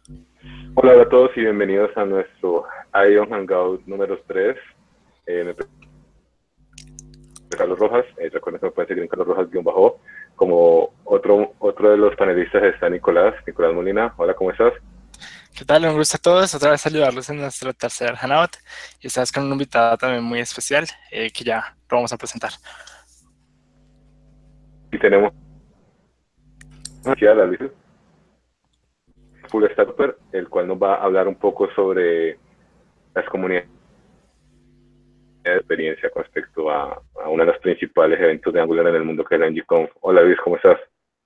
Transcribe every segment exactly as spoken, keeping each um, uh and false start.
Hola, hola a todos y bienvenidos a nuestro Ion Hangout número tres. Eh, me presento Carlos Rojas. Eh, recuerden que me pueden seguir en Carlos Rojas-bajo. Como otro, otro de los panelistas está Nicolás, Nicolás Molina. Hola, ¿cómo estás? ¿Qué tal? Un gusto a todos. Otra vez saludarlos en nuestro tercer Hangout. Y estás con un invitado también muy especial eh, que ya lo vamos a presentar. Y tenemos aquí a la Luis Full Stapper, el cual nos va a hablar un poco sobre las comunidades de experiencia con respecto a, a uno de los principales eventos de Angular en el mundo, que es la NGConf. Hola, Luis, ¿cómo estás?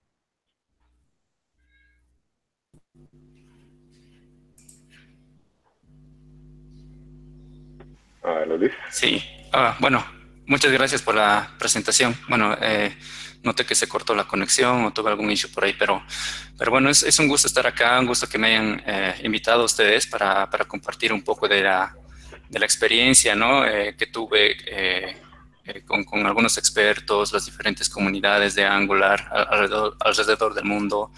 Hola, Luis. Sí, ah, bueno, muchas gracias por la presentación. Bueno, eh, noté que se cortó la conexión o tuve algún issue por ahí, pero, pero bueno, es, es un gusto estar acá, un gusto que me hayan eh, invitado a ustedes para, para compartir un poco de la, de la experiencia, ¿no? eh, que tuve eh, eh, con, con algunos expertos, las diferentes comunidades de Angular al- alrededor, alrededor del mundo.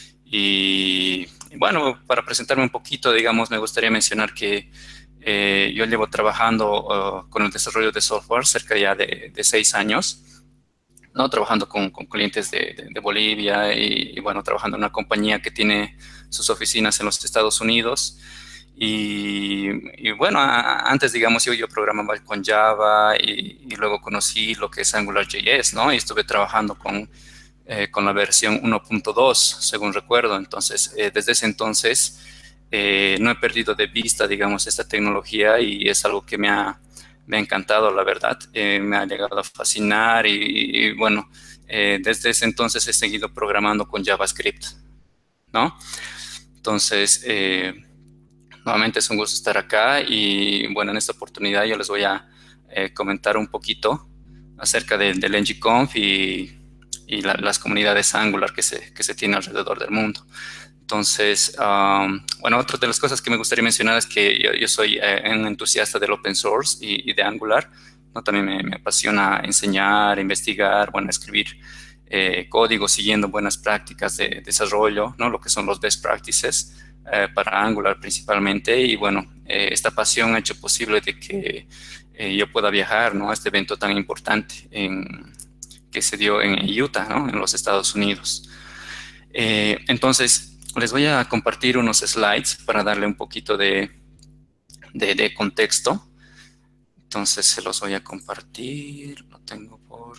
Y, y bueno, para presentarme un poquito, digamos, me gustaría mencionar que eh, yo llevo trabajando uh, con el desarrollo de software cerca ya de, de seis años, ¿no? Trabajando con, con clientes de, de, de Bolivia y, y, bueno, trabajando en una compañía que tiene sus oficinas en los Estados Unidos. Y, y bueno, a, antes, digamos, yo, yo programaba con Java y, y luego conocí lo que es AngularJS, ¿no? Y estuve trabajando con, eh, con la versión uno punto dos, según recuerdo. Entonces, eh, desde ese entonces eh, no he perdido de vista, digamos, esta tecnología y es algo que me ha, me ha encantado, la verdad. Eh, me ha llegado a fascinar y, y bueno, eh, desde ese entonces he seguido programando con JavaScript, ¿no? Entonces, eh, nuevamente es un gusto estar acá y bueno, en esta oportunidad yo les voy a eh, comentar un poquito acerca de, del NGConf y, y la, las comunidades Angular que se, que se tienen alrededor del mundo. Entonces, um, bueno, otra de las cosas que me gustaría mencionar es que yo, yo soy eh, un entusiasta del open source y, y de Angular, ¿no? También me, me apasiona enseñar, investigar, bueno, escribir eh, código siguiendo buenas prácticas de desarrollo, ¿no? Lo que son los best practices eh, para Angular principalmente. Y bueno, eh, esta pasión ha hecho posible de que eh, yo pueda viajar, ¿no? A este evento tan importante en, que se dio en Utah, ¿no? En los Estados Unidos. Eh, entonces, les voy a compartir unos slides para darle un poquito de, de, de contexto. Entonces, se los voy a compartir. Lo tengo por...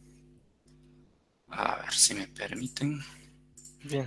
A ver si me permiten. Bien.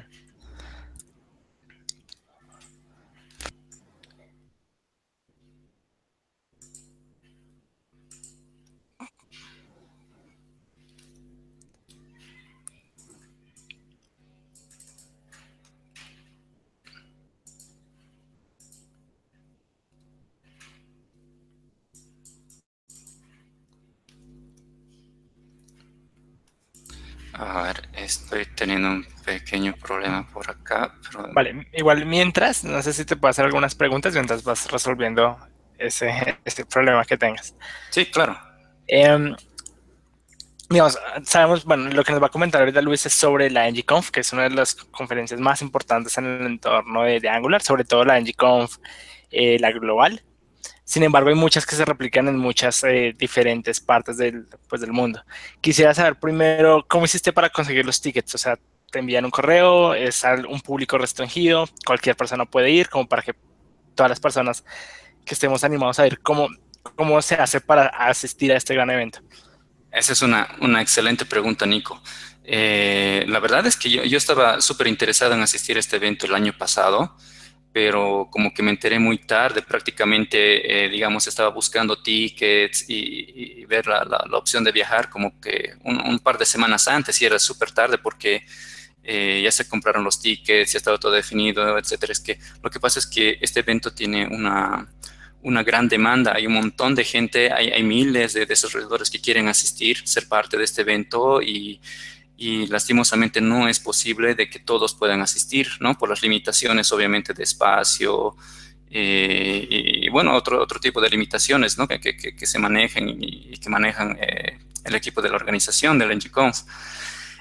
A ver, estoy teniendo un pequeño problema por acá, pero Vale, igual mientras, no sé si te puedo hacer algunas preguntas mientras vas resolviendo ese, ese problema que tengas. sí, claro. Em, digamos, sabemos, bueno, lo que nos va a comentar ahorita Luis es sobre la NGConf, que es una de las conferencias más importantes en el entorno de, de Angular, sobre todo la NGConf, eh, la global. Sin embargo, hay muchas que se replican en muchas eh, diferentes partes del, pues, del mundo. Quisiera saber primero, ¿cómo hiciste para conseguir los tickets? O sea, ¿te envían un correo? ¿Es al- un público restringido? ¿Cualquier persona puede ir? Como para que todas las personas que estemos animados a ir, ¿cómo, cómo se hace para asistir a este gran evento? Esa es una, una excelente pregunta, Nico. Eh, la verdad es que yo, yo estaba súper interesado en asistir a este evento el año pasado, pero como que me enteré muy tarde, prácticamente, eh, digamos, estaba buscando tickets y, y ver la, la- la opción de viajar como que un, un par de semanas antes y era súper tarde porque eh, ya se compraron los tickets, ya estaba todo definido, etcétera. Es que lo que pasa es que este evento tiene una, una gran demanda, hay un montón de gente, hay, hay miles de desarrolladores que quieren asistir, ser parte de este evento y y lastimosamente no es posible de que todos puedan asistir, ¿no? Por las limitaciones, obviamente, de espacio eh, y, bueno, otro, otro tipo de limitaciones, ¿no? Que, que, que se manejan y, y que manejan eh, el equipo de la organización del NGConf.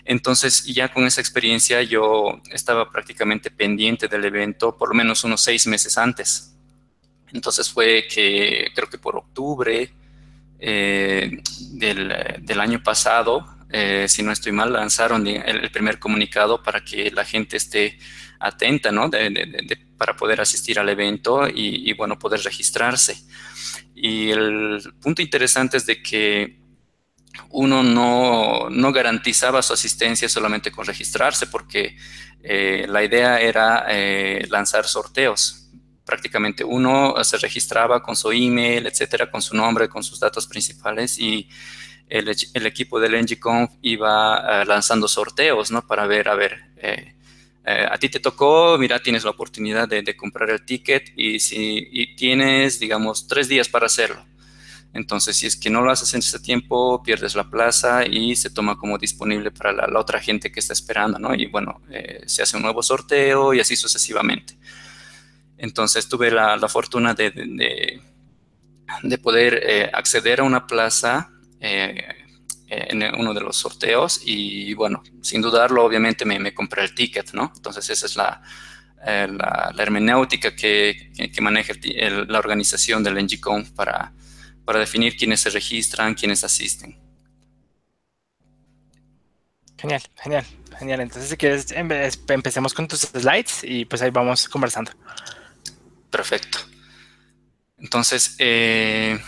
Entonces, ya con esa experiencia, yo estaba prácticamente pendiente del evento por lo menos unos seis meses antes. Entonces fue que, creo que por octubre eh, del, del año pasado, eh, si no estoy mal, lanzaron el, el primer comunicado para que la gente esté atenta, ¿no? De, de, de, para poder asistir al evento y, y, bueno, poder registrarse. Y el punto interesante es de que uno no, no garantizaba su asistencia solamente con registrarse, porque eh, la idea era eh, lanzar sorteos. Prácticamente uno se registraba con su email, etcétera, con su nombre, con sus datos principales, y el, el equipo del NGConf iba uh, lanzando sorteos, ¿no? Para ver, a ver, eh, eh, a ti te tocó, mira, tienes la oportunidad de, de comprar el ticket y, si, y tienes, digamos, tres días para hacerlo. Entonces, si es que no lo haces en ese tiempo, pierdes la plaza y se toma como disponible para la, la otra gente que está esperando, ¿no? Y bueno, eh, se hace un nuevo sorteo y así sucesivamente. Entonces, tuve la, la fortuna de, de, de poder eh, acceder a una plaza eh, en uno de los sorteos y, bueno, sin dudarlo, obviamente me, me compré el ticket, ¿no? Entonces, esa es la, eh, la, la hermenéutica que, que, que maneja el, el, la organización del NGConf para para definir quiénes se registran, quiénes asisten. Genial, genial, genial. Entonces, si quieres, empecemos con tus slides y pues ahí vamos conversando. Perfecto. Entonces, eh,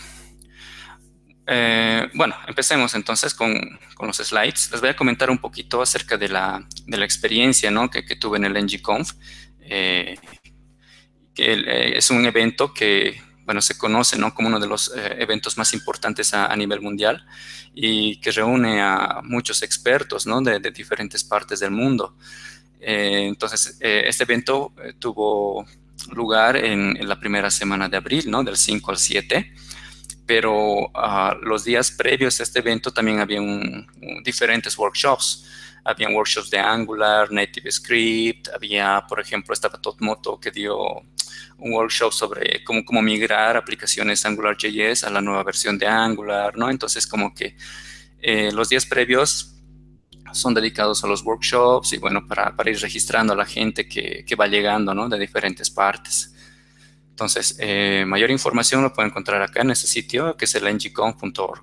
eh, bueno, empecemos entonces con, con los slides. Les voy a comentar un poquito acerca de la, de la experiencia, ¿no? que, que tuve en el NGConf. Eh, que el, eh, es un evento que, bueno, se conoce, ¿no? como uno de los eh, eventos más importantes a, a nivel mundial y que reúne a muchos expertos, ¿no? de, de diferentes partes del mundo. Eh, entonces, eh, este evento eh, tuvo lugar en, en la primera semana de abril, ¿no? del cinco al siete, pero uh, los días previos a este evento también había un, un, diferentes workshops. Habían workshops de Angular, Native Script, había, por ejemplo, estaba Totmoto que dio un workshop sobre cómo, cómo migrar aplicaciones AngularJS a la nueva versión de Angular, ¿no? Entonces, como que eh, los días previos son dedicados a los workshops y, bueno, para, para ir registrando a la gente que, que va llegando, ¿no? De diferentes partes. Entonces, eh, mayor información lo pueden encontrar acá en este sitio, que es el n g conf punto org.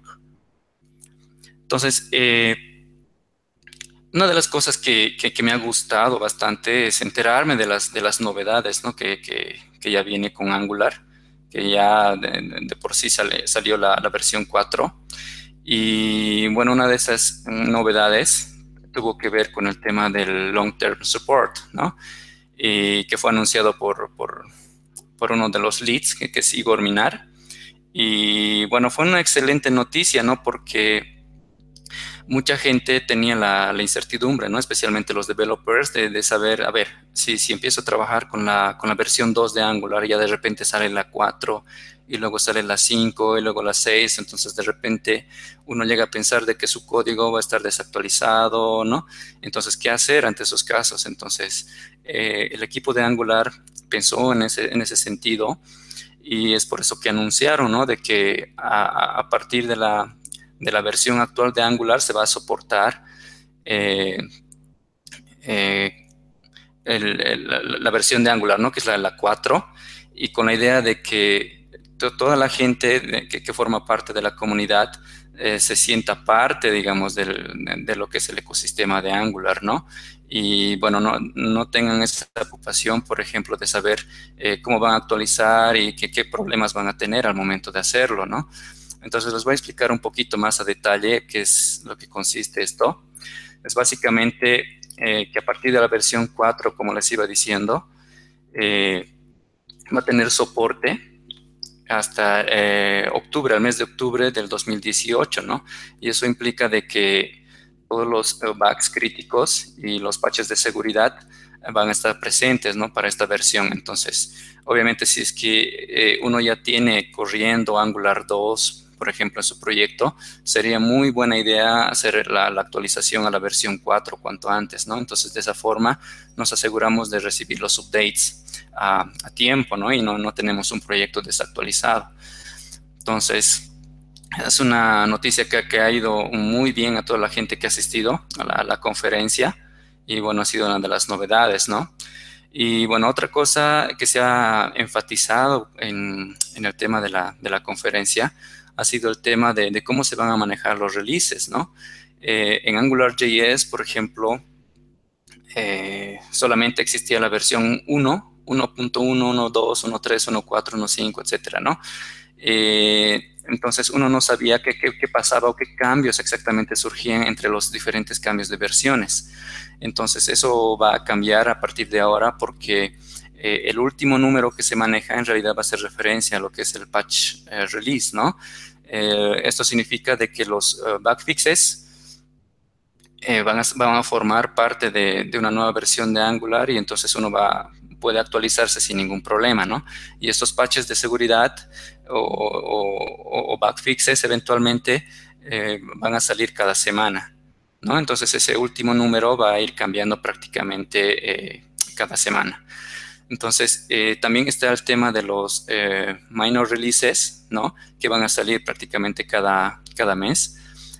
Entonces, eh, una de las cosas que, que, que me ha gustado bastante es enterarme de las, de las novedades, ¿no? que, que, que ya viene con Angular, que ya de, de por sí sale, salió la, la versión cuatro. Y bueno, una de esas novedades tuvo que ver con el tema del Long Term Support, ¿no? Y que fue anunciado por, por, por uno de los leads, que, que es Igor Minar. Y bueno, fue una excelente noticia, ¿no? Porque mucha gente tenía la, la incertidumbre, ¿no? Especialmente los developers, de, de saber, a ver, si, si empiezo a trabajar con la, con la versión dos de Angular y ya de repente sale la cuatro y luego sale la cinco y luego la seis, entonces de repente uno llega a pensar de que su código va a estar desactualizado, ¿no? Entonces, ¿qué hacer ante esos casos? Entonces, eh, el equipo de Angular pensó en ese, en ese sentido y es por eso que anunciaron, ¿no? De que a, a partir de la de la versión actual de Angular se va a soportar eh, eh, el, el, la versión de Angular, ¿no? que es la, la cuatro, y con la idea de que to, toda la gente de, que, que forma parte de la comunidad eh, se sienta parte, digamos, del, de lo que es el ecosistema de Angular, ¿no? Y bueno, no, no tengan esa preocupación, por ejemplo, de saber eh, cómo van a actualizar y qué, qué problemas van a tener al momento de hacerlo, ¿no? Entonces les voy a explicar un poquito más a detalle qué es lo que consiste esto. Es básicamente eh, que a partir de la versión cuatro, como les iba diciendo, eh, va a tener soporte hasta eh, octubre, al mes de octubre del dos mil dieciocho, ¿no? Y eso implica de que todos los bugs críticos y los patches de seguridad van a estar presentes, ¿no? Para esta versión. Entonces, obviamente, si es que eh, uno ya tiene corriendo Angular dos, por ejemplo, en su proyecto, sería muy buena idea hacer la, la actualización a la versión cuatro cuanto antes, ¿no? Entonces, de esa forma, nos aseguramos de recibir los updates a, a tiempo, ¿no? Y no, no tenemos un proyecto desactualizado. Entonces, es una noticia que, que ha ido muy bien a toda la gente que ha asistido a la, a la conferencia y bueno, ha sido una de las novedades, ¿no? Y bueno, otra cosa que se ha enfatizado en, en el tema de la, de la conferencia ha sido el tema de, de cómo se van a manejar los releases, ¿no? Eh, en AngularJS, por ejemplo, eh, solamente existía la versión uno, uno punto uno, uno punto dos, uno punto tres, uno punto cuatro, uno punto cinco, etcétera, ¿no? Eh, entonces uno no sabía qué, qué, qué pasaba o qué cambios exactamente surgían entre los diferentes cambios de versiones. Entonces eso va a cambiar a partir de ahora porque eh, el último número que se maneja en realidad va a hacer referencia a lo que es el patch eh, release, ¿no? Eh, esto significa de que los uh, bug fixes eh, van, a, van a formar parte de, de una nueva versión de Angular y entonces uno va, puede actualizarse sin ningún problema, ¿no? Y estos patches de seguridad o, o, o bug fixes eventualmente eh, van a salir cada semana, ¿no? Entonces ese último número va a ir cambiando prácticamente eh, cada semana. Entonces eh, también está el tema de los eh, minor releases, ¿no? Que van a salir prácticamente cada, cada mes.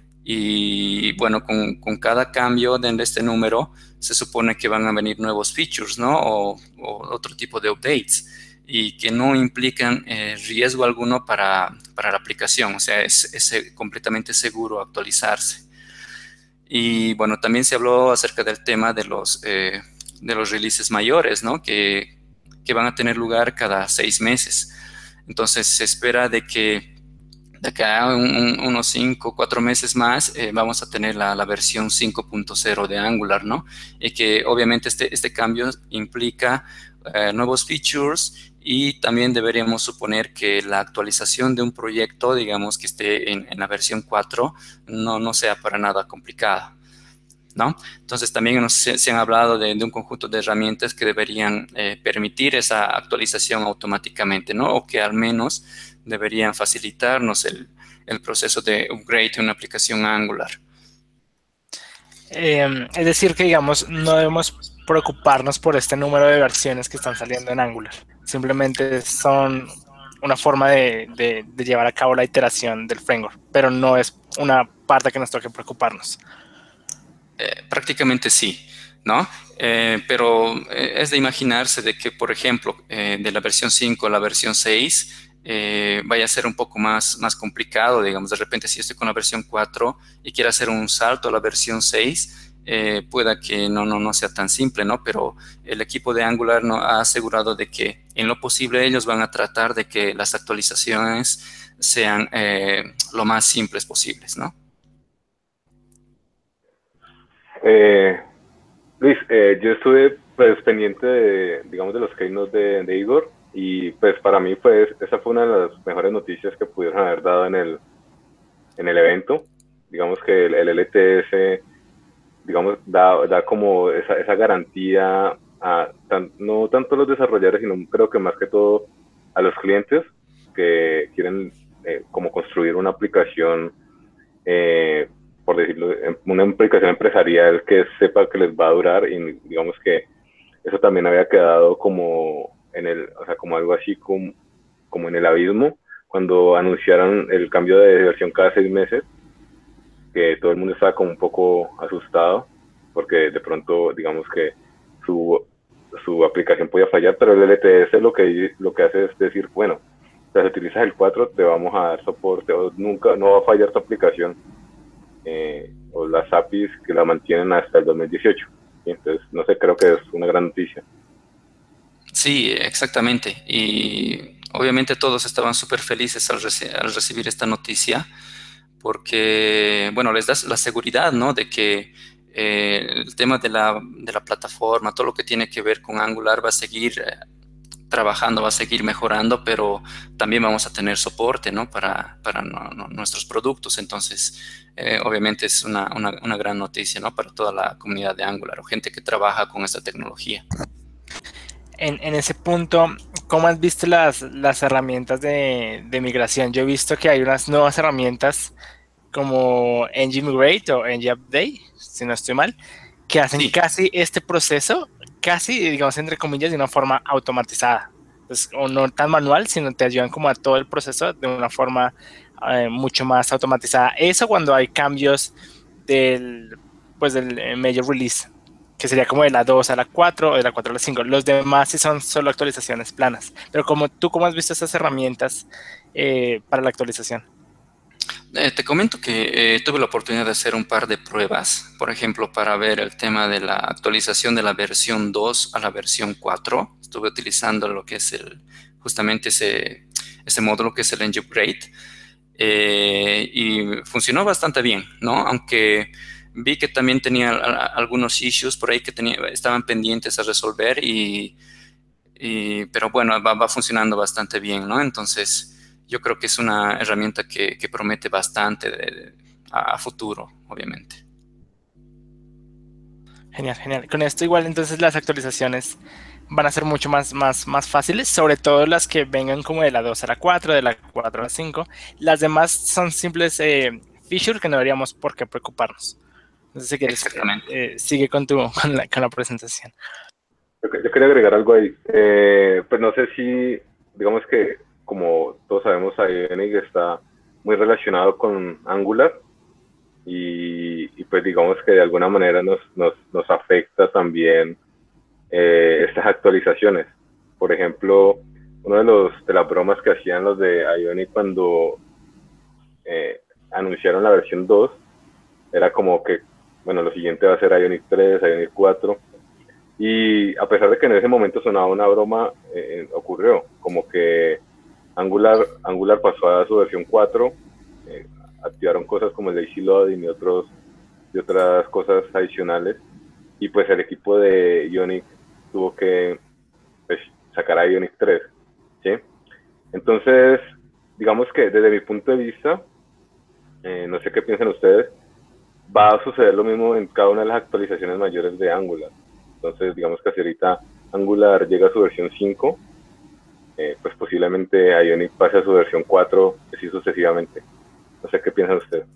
Y bueno, con, con cada cambio de este número se supone que van a venir nuevos features, ¿no? O, o otro tipo de updates y que no implican eh, riesgo alguno para, para la aplicación. O sea, es, es completamente seguro actualizarse. Y bueno, también se habló acerca del tema de los, eh, de los releases mayores, ¿no? Que, que van a tener lugar cada seis meses. Entonces se espera de que de acá un, un, unos cinco, cuatro meses más eh, vamos a tener la, la versión cinco punto cero de Angular, ¿no? Y que obviamente este, este cambio implica eh, nuevos features y también deberíamos suponer que la actualización de un proyecto, digamos que esté en, en la versión cuatro, no, no sea para nada complicada, ¿no? Entonces también nos, se, se han hablado de, de un conjunto de herramientas que deberían eh, permitir esa actualización automáticamente, ¿no? O que al menos deberían facilitarnos el, el proceso de upgrade de una aplicación Angular. Eh, es decir que, digamos, no debemos preocuparnos por este número de versiones que están saliendo en Angular. Simplemente son una forma de, de, de llevar a cabo la iteración del framework, pero no es una parte que nos toque preocuparnos. Eh, prácticamente sí, ¿no? Eh, pero eh, es de imaginarse de que, por ejemplo, eh, de la versión cinco a la versión seis, Eh, vaya a ser un poco más, más complicado, digamos, de repente si estoy con la versión cuatro y quiero hacer un salto a la versión seis, eh, pueda que no, no, no sea tan simple, ¿no? Pero el equipo de Angular no, ha asegurado de que en lo posible ellos van a tratar de que las actualizaciones sean eh, lo más simples posibles, ¿no? Eh, Luis, eh, yo estuve pues pendiente de, digamos, de los keynotes de, de Igor. Y pues para mí pues esa fue una de las mejores noticias que pudieron haber dado en el, en el evento. Digamos que el, el L T S, digamos, da, da como esa, esa garantía a tan, no tanto a los desarrolladores, sino creo que más que todo a los clientes que quieren eh, como construir una aplicación, eh, por decirlo, una aplicación empresarial que sepa que les va a durar, y digamos que eso también había quedado como en el, o sea, como algo así como, como en el abismo, cuando anunciaron el cambio de versión cada seis meses, que todo el mundo estaba como un poco asustado, porque de pronto, digamos que su, su aplicación podía fallar, pero el L T S lo que, lo que hace es decir, bueno, si utilizas el cuatro, te vamos a dar soporte, o nunca, no va a fallar tu aplicación, eh, o las A P Is que la mantienen hasta el dos mil dieciocho. ¿Sí? Entonces, no sé, creo que es una gran noticia. Sí, exactamente. Y obviamente todos estaban súper felices al, reci al recibir esta noticia porque, bueno, les das la seguridad, ¿no? De que eh, el tema de la, de la plataforma, todo lo que tiene que ver con Angular va a seguir eh, trabajando, va a seguir mejorando, pero también vamos a tener soporte, ¿no? Para, para no, no, nuestros productos. Entonces, eh, obviamente es una, una, una gran noticia, ¿no? Para toda la comunidad de Angular o gente que trabaja con esta tecnología. En, en ese punto, ¿cómo has visto las, las herramientas de, de migración? Yo he visto que hay unas nuevas herramientas como ngMigrate o ngUpdate, si no estoy mal, que hacen sí. casi este proceso, casi, digamos, entre comillas, de una forma automatizada. Pues, o no tan manual, sino te ayudan como a todo el proceso de una forma eh, mucho más automatizada. Eso cuando hay cambios del, pues del eh, major release, que sería como de la dos a la cuatro o de la cuatro a la cinco. Los demás sí son solo actualizaciones planas. Pero como tú, ¿cómo has visto estas herramientas eh, para la actualización? Eh, te comento que eh, tuve la oportunidad de hacer un par de pruebas, por ejemplo, para ver el tema de la actualización de la versión dos a la versión cuatro. Estuve utilizando lo que es el, justamente ese, ese módulo que es el Engine Upgrade, eh, y funcionó bastante bien, ¿no? Aunque vi que también tenía a, a, algunos issues por ahí que tenía, estaban pendientes a resolver, y, y, pero bueno, va, va funcionando bastante bien, ¿no? Entonces, yo creo que es una herramienta que, que promete bastante de, de, a, a futuro, obviamente. Genial, genial. Con esto igual entonces las actualizaciones van a ser mucho más, más, más fáciles, sobre todo las que vengan como de la dos a la cuatro, de la cuatro a la cinco. Las demás son simples eh, features que no deberíamos por qué preocuparnos. Entonces, si quieres, eh, eh, sigue con, tu, con, la, con la presentación. Yo, yo quería agregar algo ahí. Eh, pues no sé si, digamos que, como todos sabemos, Ionic está muy relacionado con Angular y, y pues digamos que de alguna manera nos, nos, nos afecta también eh, estas actualizaciones. Por ejemplo, uno de, los, de las bromas que hacían los de Ionic cuando eh, anunciaron la versión dos era como que, bueno, lo siguiente va a ser Ionic tres, Ionic cuatro. Y a pesar de que en ese momento sonaba una broma, eh, ocurrió. Como que Angular, Angular pasó a su versión cuatro, eh, activaron cosas como el lazy loading y, otros, y otras cosas adicionales. Y pues el equipo de Ionic tuvo que pues, sacar a Ionic tres. ¿Sí? Entonces, digamos que desde mi punto de vista, eh, no sé qué piensan ustedes, va a suceder lo mismo en cada una de las actualizaciones mayores de Angular. Entonces, digamos que si ahorita Angular llega a su versión cinco, eh, pues posiblemente Ionic pase a su versión cuatro, así sucesivamente. No sé qué piensan ustedes.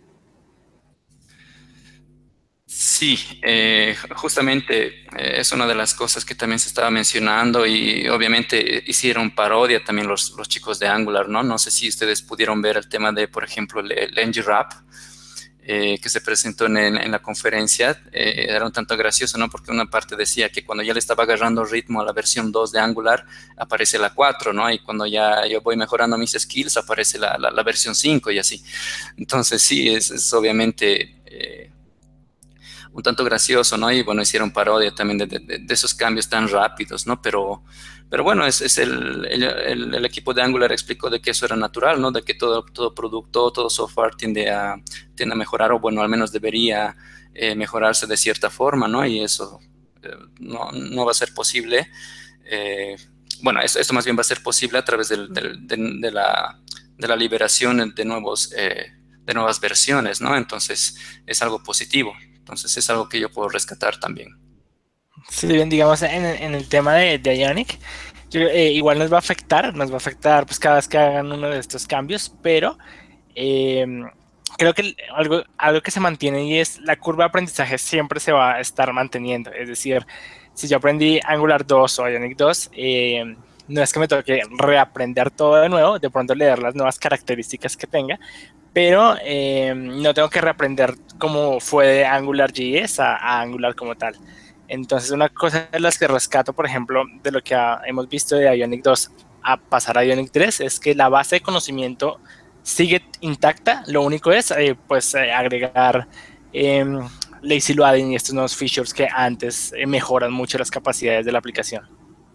Sí, eh, justamente eh, es una de las cosas que también se estaba mencionando, y obviamente hicieron parodia también los, los chicos de Angular, ¿no? No sé si ustedes pudieron ver el tema de, por ejemplo, el, el Ngrap, Eh, que se presentó en, en la conferencia. Eh, era un tanto gracioso, ¿no? Porque una parte decía que cuando ya le estaba agarrando ritmo a la versión dos de Angular, aparece la cuatro, ¿no? Y cuando ya yo voy mejorando mis skills, aparece la, la, la versión cinco y así. Entonces, sí, es, es obviamente eh, un tanto gracioso, ¿no? Y bueno, hicieron parodia también de, de, de esos cambios tan rápidos, ¿no? Pero, pero bueno, es, es el, el, el equipo de Angular explicó de que eso era natural, ¿no? De que todo, todo producto, todo software tiende a, tiende a mejorar, o bueno, al menos debería eh, mejorarse de cierta forma, ¿no? Y eso eh, no, no va a ser posible. Eh, bueno, esto, esto más bien va a ser posible a través del, del, de, de, la, de la liberación de, nuevos, eh, de nuevas versiones, ¿no? Entonces, es algo positivo. Entonces es algo que yo puedo rescatar también. Sí, bien, digamos, en, en el tema de, de Ionic, yo, eh, igual nos va a afectar, nos va a afectar pues cada vez que hagan uno de estos cambios, pero eh, creo que algo, algo que se mantiene, y es la curva de aprendizaje siempre se va a estar manteniendo. Es decir, si yo aprendí Angular dos o Ionic dos, eh, no es que me toque reaprender todo de nuevo, de pronto leer las nuevas características que tenga, pero eh, no tengo que reaprender cómo fue de AngularJS a, a Angular como tal. Entonces, una cosa de las que rescato, por ejemplo, de lo que ha, hemos visto de Ionic dos a pasar a Ionic tres, es que la base de conocimiento sigue intacta. Lo único es eh, pues eh, agregar eh, lazy loading y estos nuevos features que antes eh, mejoran mucho las capacidades de la aplicación.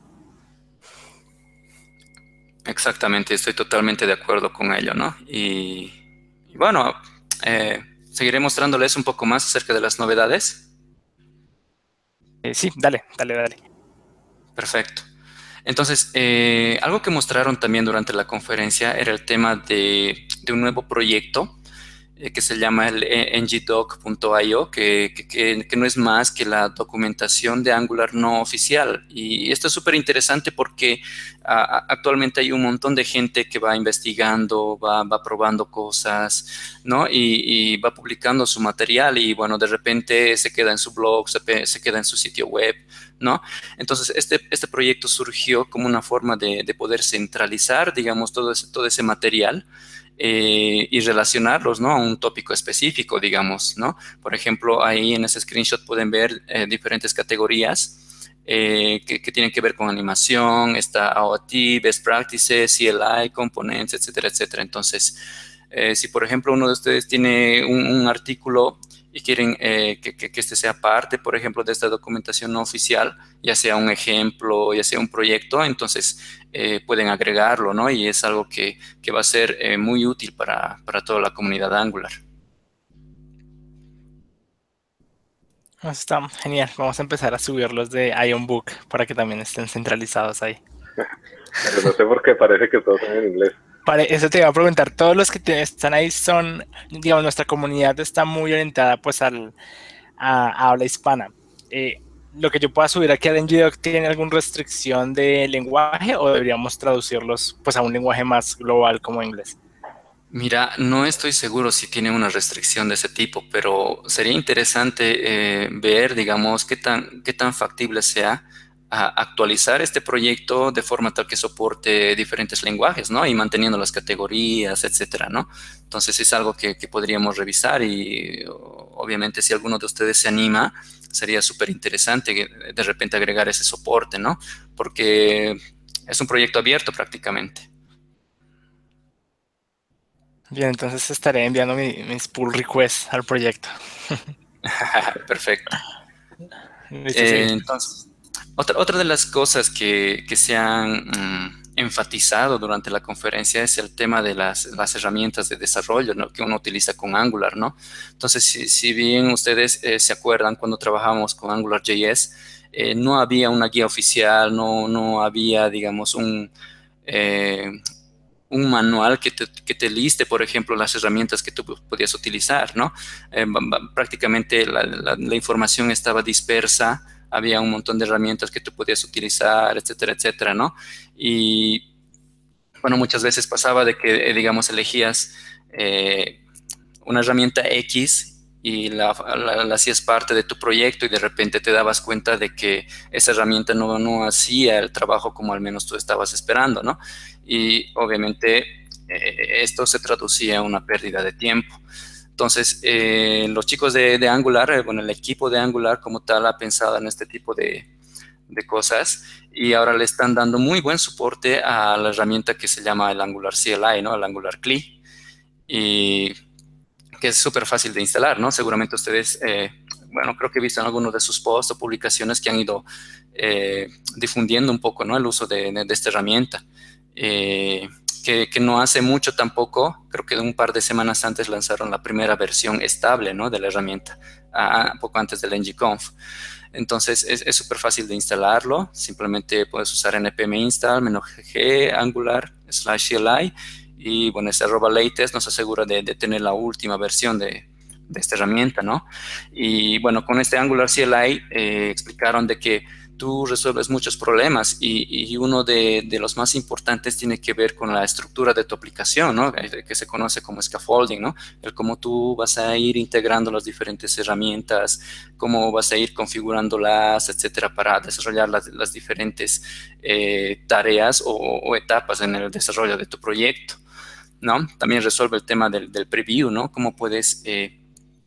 Exactamente, estoy totalmente de acuerdo con ello, ¿no? Y, y bueno, eh, seguiré mostrándoles un poco más acerca de las novedades. Eh, sí, dale, dale, dale. Perfecto. Entonces, eh, algo que mostraron también durante la conferencia era el tema de, de un nuevo proyecto eh, que se llama el ngdoc punto io, que, que, que no es más que la documentación de Angular no oficial. Y esto es súper interesante porque a, actualmente hay un montón de gente que va investigando, va, va probando cosas, ¿no? Y, y va publicando su material, y bueno, de repente se queda en su blog, se, se queda en su sitio web, ¿no? Entonces, este, este proyecto surgió como una forma de, de poder centralizar, digamos, todo ese, todo ese material eh, y relacionarlos, ¿no?, a un tópico específico, digamos, ¿no? Por ejemplo, ahí en ese screenshot pueden ver eh, diferentes categorías eh, que, que tienen que ver con animación, está A O T, Best Practices, C L I, Components, etcétera, etcétera. Entonces, eh, si por ejemplo uno de ustedes tiene un, un artículo y quieren eh, que, que, que este sea parte, por ejemplo, de esta documentación no oficial, ya sea un ejemplo, ya sea un proyecto, entonces eh, pueden agregarlo, ¿no? Y es algo que, que va a ser eh, muy útil para, para toda la comunidad Angular. Está genial. Vamos a empezar a subirlos de Ionbook para que también estén centralizados ahí. Pero no sé por qué parece que todos son en inglés. Para eso te iba a preguntar, todos los que te- están ahí son, digamos, nuestra comunidad está muy orientada pues al, a, a habla hispana. Eh, lo que yo pueda subir aquí a Nginx, ¿tiene alguna restricción de lenguaje o deberíamos traducirlos pues a un lenguaje más global como inglés? Mira, no estoy seguro si tiene una restricción de ese tipo, pero sería interesante eh, ver, digamos, qué tan, qué tan factible sea a actualizar este proyecto de forma tal que soporte diferentes lenguajes, ¿no? Y manteniendo las categorías, etcétera, ¿no? Entonces es algo que, que podríamos revisar y o- obviamente si alguno de ustedes se anima, sería súper interesante que de repente agregar ese soporte, ¿no? Porque es un proyecto abierto prácticamente. Bien, entonces estaré enviando mi- mis pull requests al proyecto. Perfecto. Listo, sí. Eh, entonces, otra, otra de las cosas que, que se han mm, enfatizado durante la conferencia es el tema de las, las herramientas de desarrollo, ¿no?, que uno utiliza con Angular, ¿no? Entonces, si, si bien ustedes eh, se acuerdan cuando trabajamos con AngularJS, eh, no había una guía oficial, no, no había, digamos, un, eh, un manual que te, que te liste, por ejemplo, las herramientas que tú podías utilizar, ¿no? Eh, prácticamente la, la, la información estaba dispersa, había un montón de herramientas que tú podías utilizar, etcétera, etcétera, ¿no? Y bueno, muchas veces pasaba de que, eh, digamos, elegías eh, una herramienta X y la, la, la, hacías parte de tu proyecto y de repente te dabas cuenta de que esa herramienta no, no hacía el trabajo como al menos tú estabas esperando, ¿no? Y obviamente eh, esto se traducía a una pérdida de tiempo. Entonces, eh, los chicos de, de Angular, eh, bueno, el equipo de Angular como tal ha pensado en este tipo de, de cosas y ahora le están dando muy buen soporte a la herramienta que se llama el Angular C L I, ¿no? El Angular C L I. Y que es súper fácil de instalar, ¿no? Seguramente ustedes, eh, bueno, creo que he visto en algunos de sus posts o publicaciones que han ido eh, difundiendo un poco, ¿no?, el uso de, de, de esta herramienta. Eh, que, que, no hace mucho tampoco, creo que un par de semanas antes lanzaron la primera versión estable, ¿no?, de la herramienta, a, poco antes del ngconf. Entonces es súper fácil de instalarlo, simplemente puedes usar npm install, -g, angular, slash cli, y bueno, ese arroba latest nos asegura de, de tener la última versión de, de, esta herramienta, ¿no? Y bueno, con este Angular C L I eh, explicaron de que tú resuelves muchos problemas y, y uno de, de, los más importantes tiene que ver con la estructura de tu aplicación, ¿no?, que se conoce como scaffolding, ¿no?, el cómo tú vas a ir integrando las diferentes herramientas, cómo vas a ir configurándolas, etcétera, para desarrollar las, las diferentes eh, tareas o, o etapas en el desarrollo de tu proyecto, ¿no? También resuelve el tema del, del preview, ¿no?, cómo puedes eh,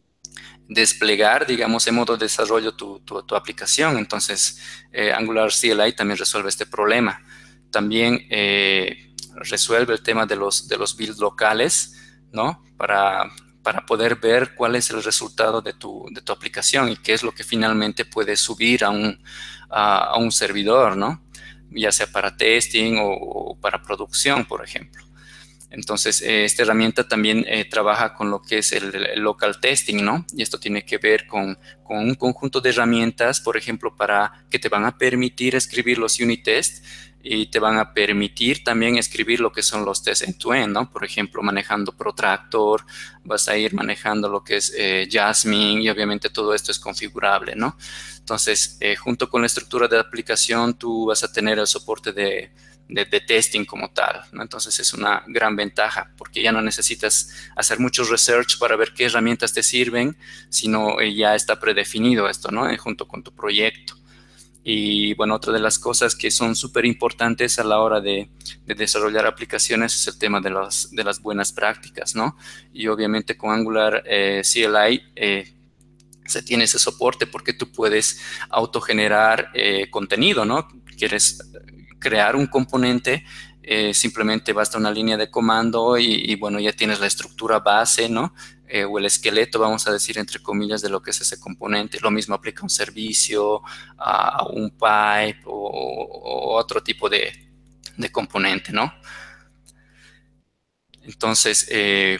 desplegar, digamos, en modo de desarrollo tu, tu, tu aplicación. Entonces, eh, Angular C L I también resuelve este problema. También eh, resuelve el tema de los, de los builds locales, ¿no?, para, para poder ver cuál es el resultado de tu, de tu aplicación y qué es lo que finalmente puedes subir a un, a, a un servidor, ¿no?, ya sea para testing o, o para producción, por ejemplo. Entonces, eh, esta herramienta también eh, trabaja con lo que es el, el local testing, ¿no? Y esto tiene que ver con, con un conjunto de herramientas, por ejemplo, para que te van a permitir escribir los unit tests y te van a permitir también escribir lo que son los tests end-to-end, ¿no? Por ejemplo, manejando Protractor, vas a ir manejando lo que es eh, Jasmine y obviamente todo esto es configurable, ¿no? Entonces, eh, junto con la estructura de aplicación, tú vas a tener el soporte de De, de testing como tal, ¿no? Entonces es una gran ventaja porque ya no necesitas hacer mucho research para ver qué herramientas te sirven, sino eh, ya está predefinido esto, ¿no?, eh, junto con tu proyecto. Y bueno, otra de las cosas que son súper importantes a la hora de, de desarrollar aplicaciones es el tema de, los, de las buenas prácticas, ¿no? Y obviamente con Angular eh, C L I eh, se tiene ese soporte porque tú puedes autogenerar eh, contenido, ¿no? Quieres crear un componente, eh, simplemente basta una línea de comando y, y bueno, ya tienes la estructura base, ¿no? Eh, o el esqueleto, vamos a decir, entre comillas, de lo que es ese componente. Lo mismo aplica a un servicio, a un pipe o, o otro tipo de, de componente, ¿no? Entonces, eh,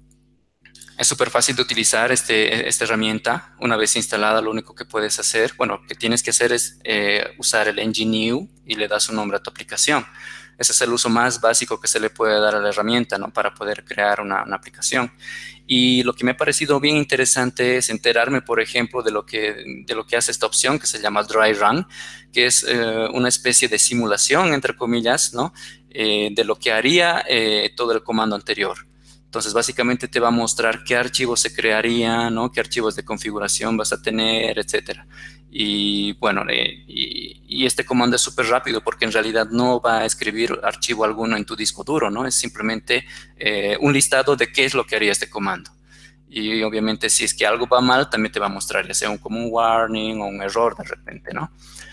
es súper fácil de utilizar este, esta herramienta. Una vez instalada, lo único que puedes hacer, bueno, que tienes que hacer es eh, usar el ng new y le das un nombre a tu aplicación. Ese es el uso más básico que se le puede dar a la herramienta, ¿no? Para poder crear una, una aplicación. Y lo que me ha parecido bien interesante es enterarme, por ejemplo, de lo que, de lo que hace esta opción que se llama Dry Run, que es eh, una especie de simulación, entre comillas, ¿no? Eh, de lo que haría eh, todo el comando anterior. Entonces, básicamente te va a mostrar qué archivos se crearían, ¿no? Qué archivos de configuración vas a tener, etcétera. Y bueno, eh, y, y este comando es súper rápido porque en realidad no va a escribir archivo alguno en tu disco duro, ¿no? Es simplemente eh, un listado de qué es lo que haría este comando. Y obviamente si es que algo va mal, también te va a mostrar ya sea un, como un warning o un error de repente, ¿no?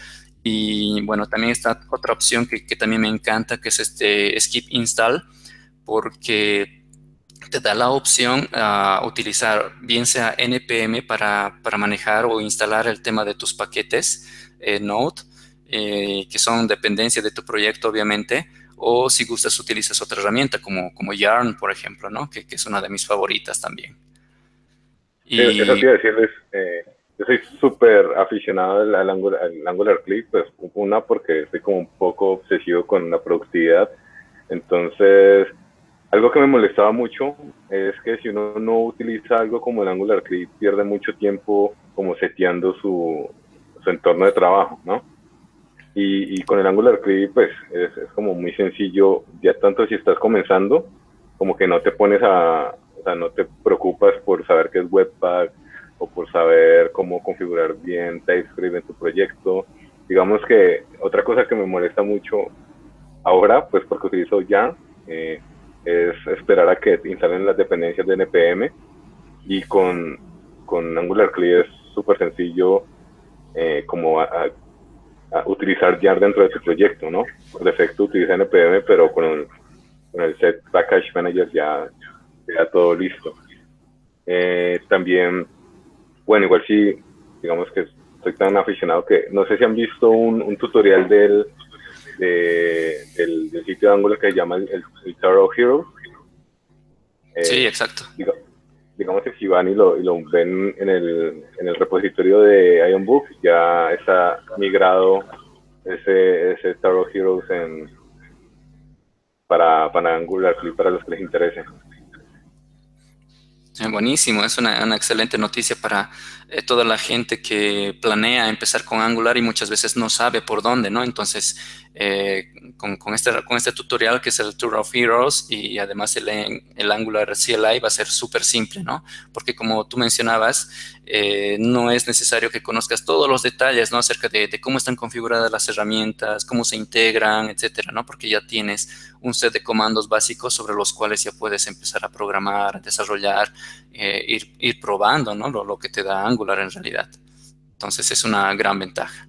Y bueno, también está otra opción que, que también me encanta, que es este skip install, porque te da la opción a uh, utilizar bien sea N P M para, para manejar o instalar el tema de tus paquetes eh, Node, eh, que son dependencia de tu proyecto, obviamente, o si gustas utilizas otra herramienta como, como Yarn, por ejemplo, ¿no? Que, que es una de mis favoritas también. Y... Sí, eso te iba a decirles, eh, yo soy súper aficionado al, al, Angular, al Angular Clip, pues una porque estoy como un poco obsesivo con la productividad, entonces algo que me molestaba mucho es que si uno no utiliza algo como el Angular Clip, pierde mucho tiempo como seteando su, su entorno de trabajo, ¿no? Y, y con el Angular Clip, pues, es, es como muy sencillo, ya tanto si estás comenzando, como que no te pones a, o sea, no te preocupas por saber qué es Webpack, o por saber cómo configurar bien TypeScript en tu proyecto. Digamos que otra cosa que me molesta mucho ahora, pues porque utilizo Yarn, eh, es esperar a que instalen las dependencias de N P M, y con, con Angular Clip es súper sencillo eh, como a, a, a utilizar Yarn dentro de tu proyecto, ¿no? Por defecto utiliza N P M, pero con el, con el Set Package Manager ya queda todo listo. Eh, también, bueno, igual si, digamos que soy tan aficionado que no sé si han visto un, un tutorial del De, del, del sitio de Angular que se llama el, el Taro Hero. Eh, sí, exacto. Diga, digamos que si van y lo, y lo ven en el, en el repositorio de Ionbook, ya está migrado ese, ese Taro Heroes en, para, para Angular Clip, para los que les interese. Buenísimo, es una, una excelente noticia para eh, toda la gente que planea empezar con Angular y muchas veces no sabe por dónde, ¿no? Entonces, eh, con, con, este, con este tutorial que es el Tour of Heroes y además el, el Angular C L I va a ser súper simple, ¿no? Porque como tú mencionabas, eh, no es necesario que conozcas todos los detalles, ¿no? Acerca de, de cómo están configuradas las herramientas, cómo se integran, etcétera, ¿no? Porque ya tienes un set de comandos básicos sobre los cuales ya puedes empezar a programar, a desarrollar, eh, ir, ir probando, ¿no? Lo, lo que te da Angular en realidad. Entonces es una gran ventaja.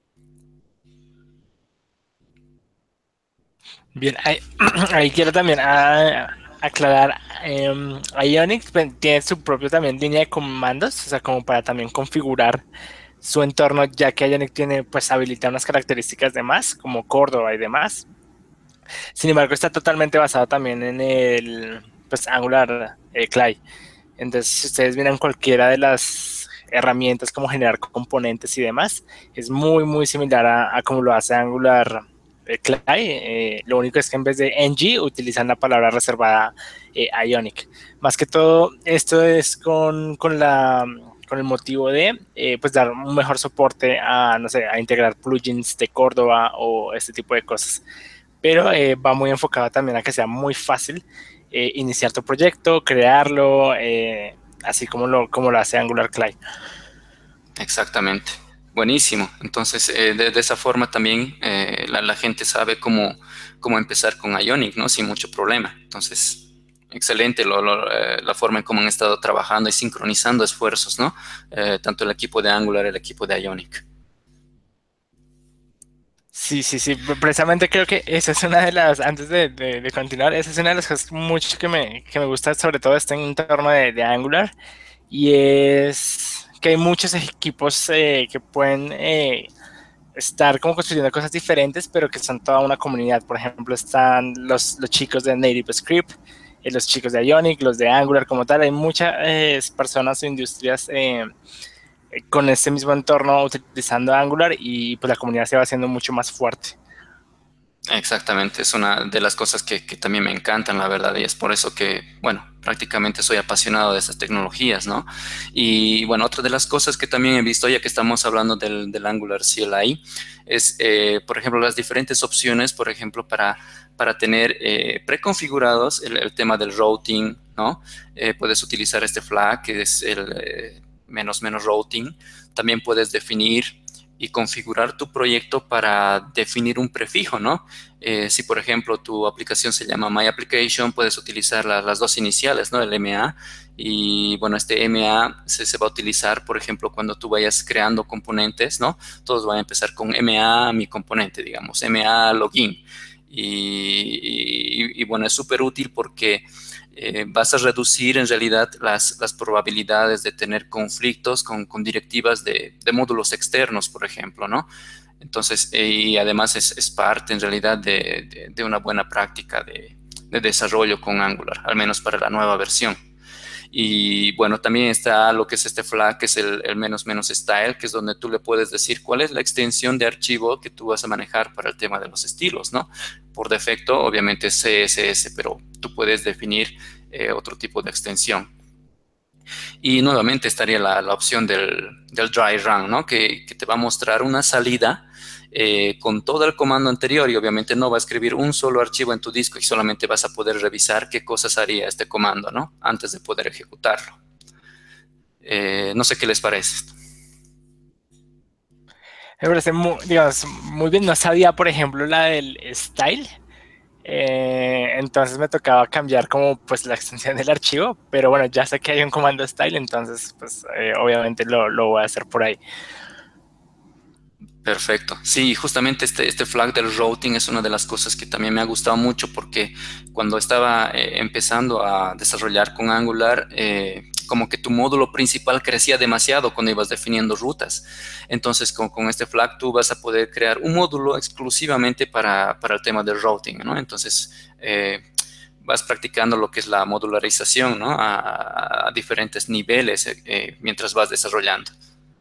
Bien, ahí, ahí quiero también a, aclarar, eh, Ionic tiene su propio también línea de comandos, o sea, como para también configurar su entorno, ya que Ionic tiene, pues, habilita unas características de más, como Cordova y demás. Sin embargo, está totalmente basado también en el, pues, Angular eh, Clay. Entonces, si ustedes miran cualquiera de las herramientas como generar componentes y demás, es muy, muy similar a, a como lo hace Angular eh, Clay. Eh, lo único es que en vez de ng utilizan la palabra reservada eh, Ionic. Más que todo, esto es con, con la... con el motivo de eh, pues dar un mejor soporte a, no sé, a integrar plugins de Cordova o este tipo de cosas. Pero eh, va muy enfocado también a que sea muy fácil eh, iniciar tu proyecto, crearlo, eh, así como lo, como lo hace Angular Clay. Exactamente. Buenísimo. Entonces, eh, de, de esa forma también eh, la, la gente sabe cómo, cómo empezar con Ionic, ¿no? Sin mucho problema. Entonces, excelente lo- lo, eh, la forma en cómo han estado trabajando y sincronizando esfuerzos, ¿no? Eh, tanto el equipo de Angular y el equipo de Ionic. Sí, sí, sí, pre- precisamente creo que esa es una de las, antes de, de- de continuar, esa es una de las cosas mucho que me, que me gusta, sobre todo este entorno de, de Angular, y es que hay muchos equipos eh, que pueden eh, estar como construyendo cosas diferentes, pero que son toda una comunidad. Por ejemplo, están los, los chicos de NativeScript, eh, los chicos de Ionic, los de Angular como tal. Hay muchas eh, personas o industrias eh, con este mismo entorno utilizando Angular y pues la comunidad se va haciendo mucho más fuerte. Exactamente, es una de las cosas que, que también me encantan, la verdad, y es por eso que, bueno, prácticamente soy apasionado de estas tecnologías, ¿no? Y bueno, otra de las cosas que también he visto, ya que estamos hablando del, del Angular C L I, es, eh, por ejemplo, las diferentes opciones, por ejemplo, para, para tener eh, preconfigurados el, el tema del routing, ¿no? Eh, puedes utilizar este flag, que es el eh, menos menos routing. También puedes definir y configurar tu proyecto para definir un prefijo, ¿no? Eh, si, por ejemplo, tu aplicación se llama My Application, puedes utilizar la- las dos iniciales, ¿no? El M A. Y bueno, este M A se, se va a utilizar, por ejemplo, cuando tú vayas creando componentes, ¿no? Todos van a empezar con M A mi componente, digamos, M A login. Y, y- y, bueno, es súper útil porque eh, vas a reducir en realidad las, las probabilidades de tener conflictos con, con directivas de, de módulos externos, por ejemplo, ¿no? Entonces, eh, y además es, es parte en realidad de, de- de una buena práctica de, de desarrollo con Angular, al menos para la nueva versión. Y bueno, también está lo que es este flag, que es el, el menos menos style, que es donde tú le puedes decir cuál es la extensión de archivo que tú vas a manejar para el tema de los estilos, ¿no? Por defecto, obviamente es C S S, pero tú puedes definir eh, otro tipo de extensión. Y nuevamente estaría la, la opción del, del dry run, ¿no? Que, que te va a mostrar una salida eh, con todo el comando anterior y obviamente no va a escribir un solo archivo en tu disco y solamente vas a poder revisar qué cosas haría este comando, ¿no? Antes de poder ejecutarlo. Eh, no sé qué les parece esto. Me parece muy, digamos, muy bien. No sabía, por ejemplo, la del style. Eh, entonces me tocaba cambiar como pues la extensión del archivo, pero bueno, ya sé que hay un comando style, entonces pues eh, obviamente lo, lo voy a hacer por ahí. Perfecto. Sí, justamente este, este flag del routing es una de las cosas que también me ha gustado mucho porque cuando estaba eh, empezando a desarrollar con Angular, eh, como que tu módulo principal crecía demasiado cuando ibas definiendo rutas. Entonces, con, con este flag tú vas a poder crear un módulo exclusivamente para, para el tema del routing, ¿no? Entonces, eh, vas practicando lo que es la modularización, ¿no? A, a diferentes niveles eh, eh, mientras vas desarrollando.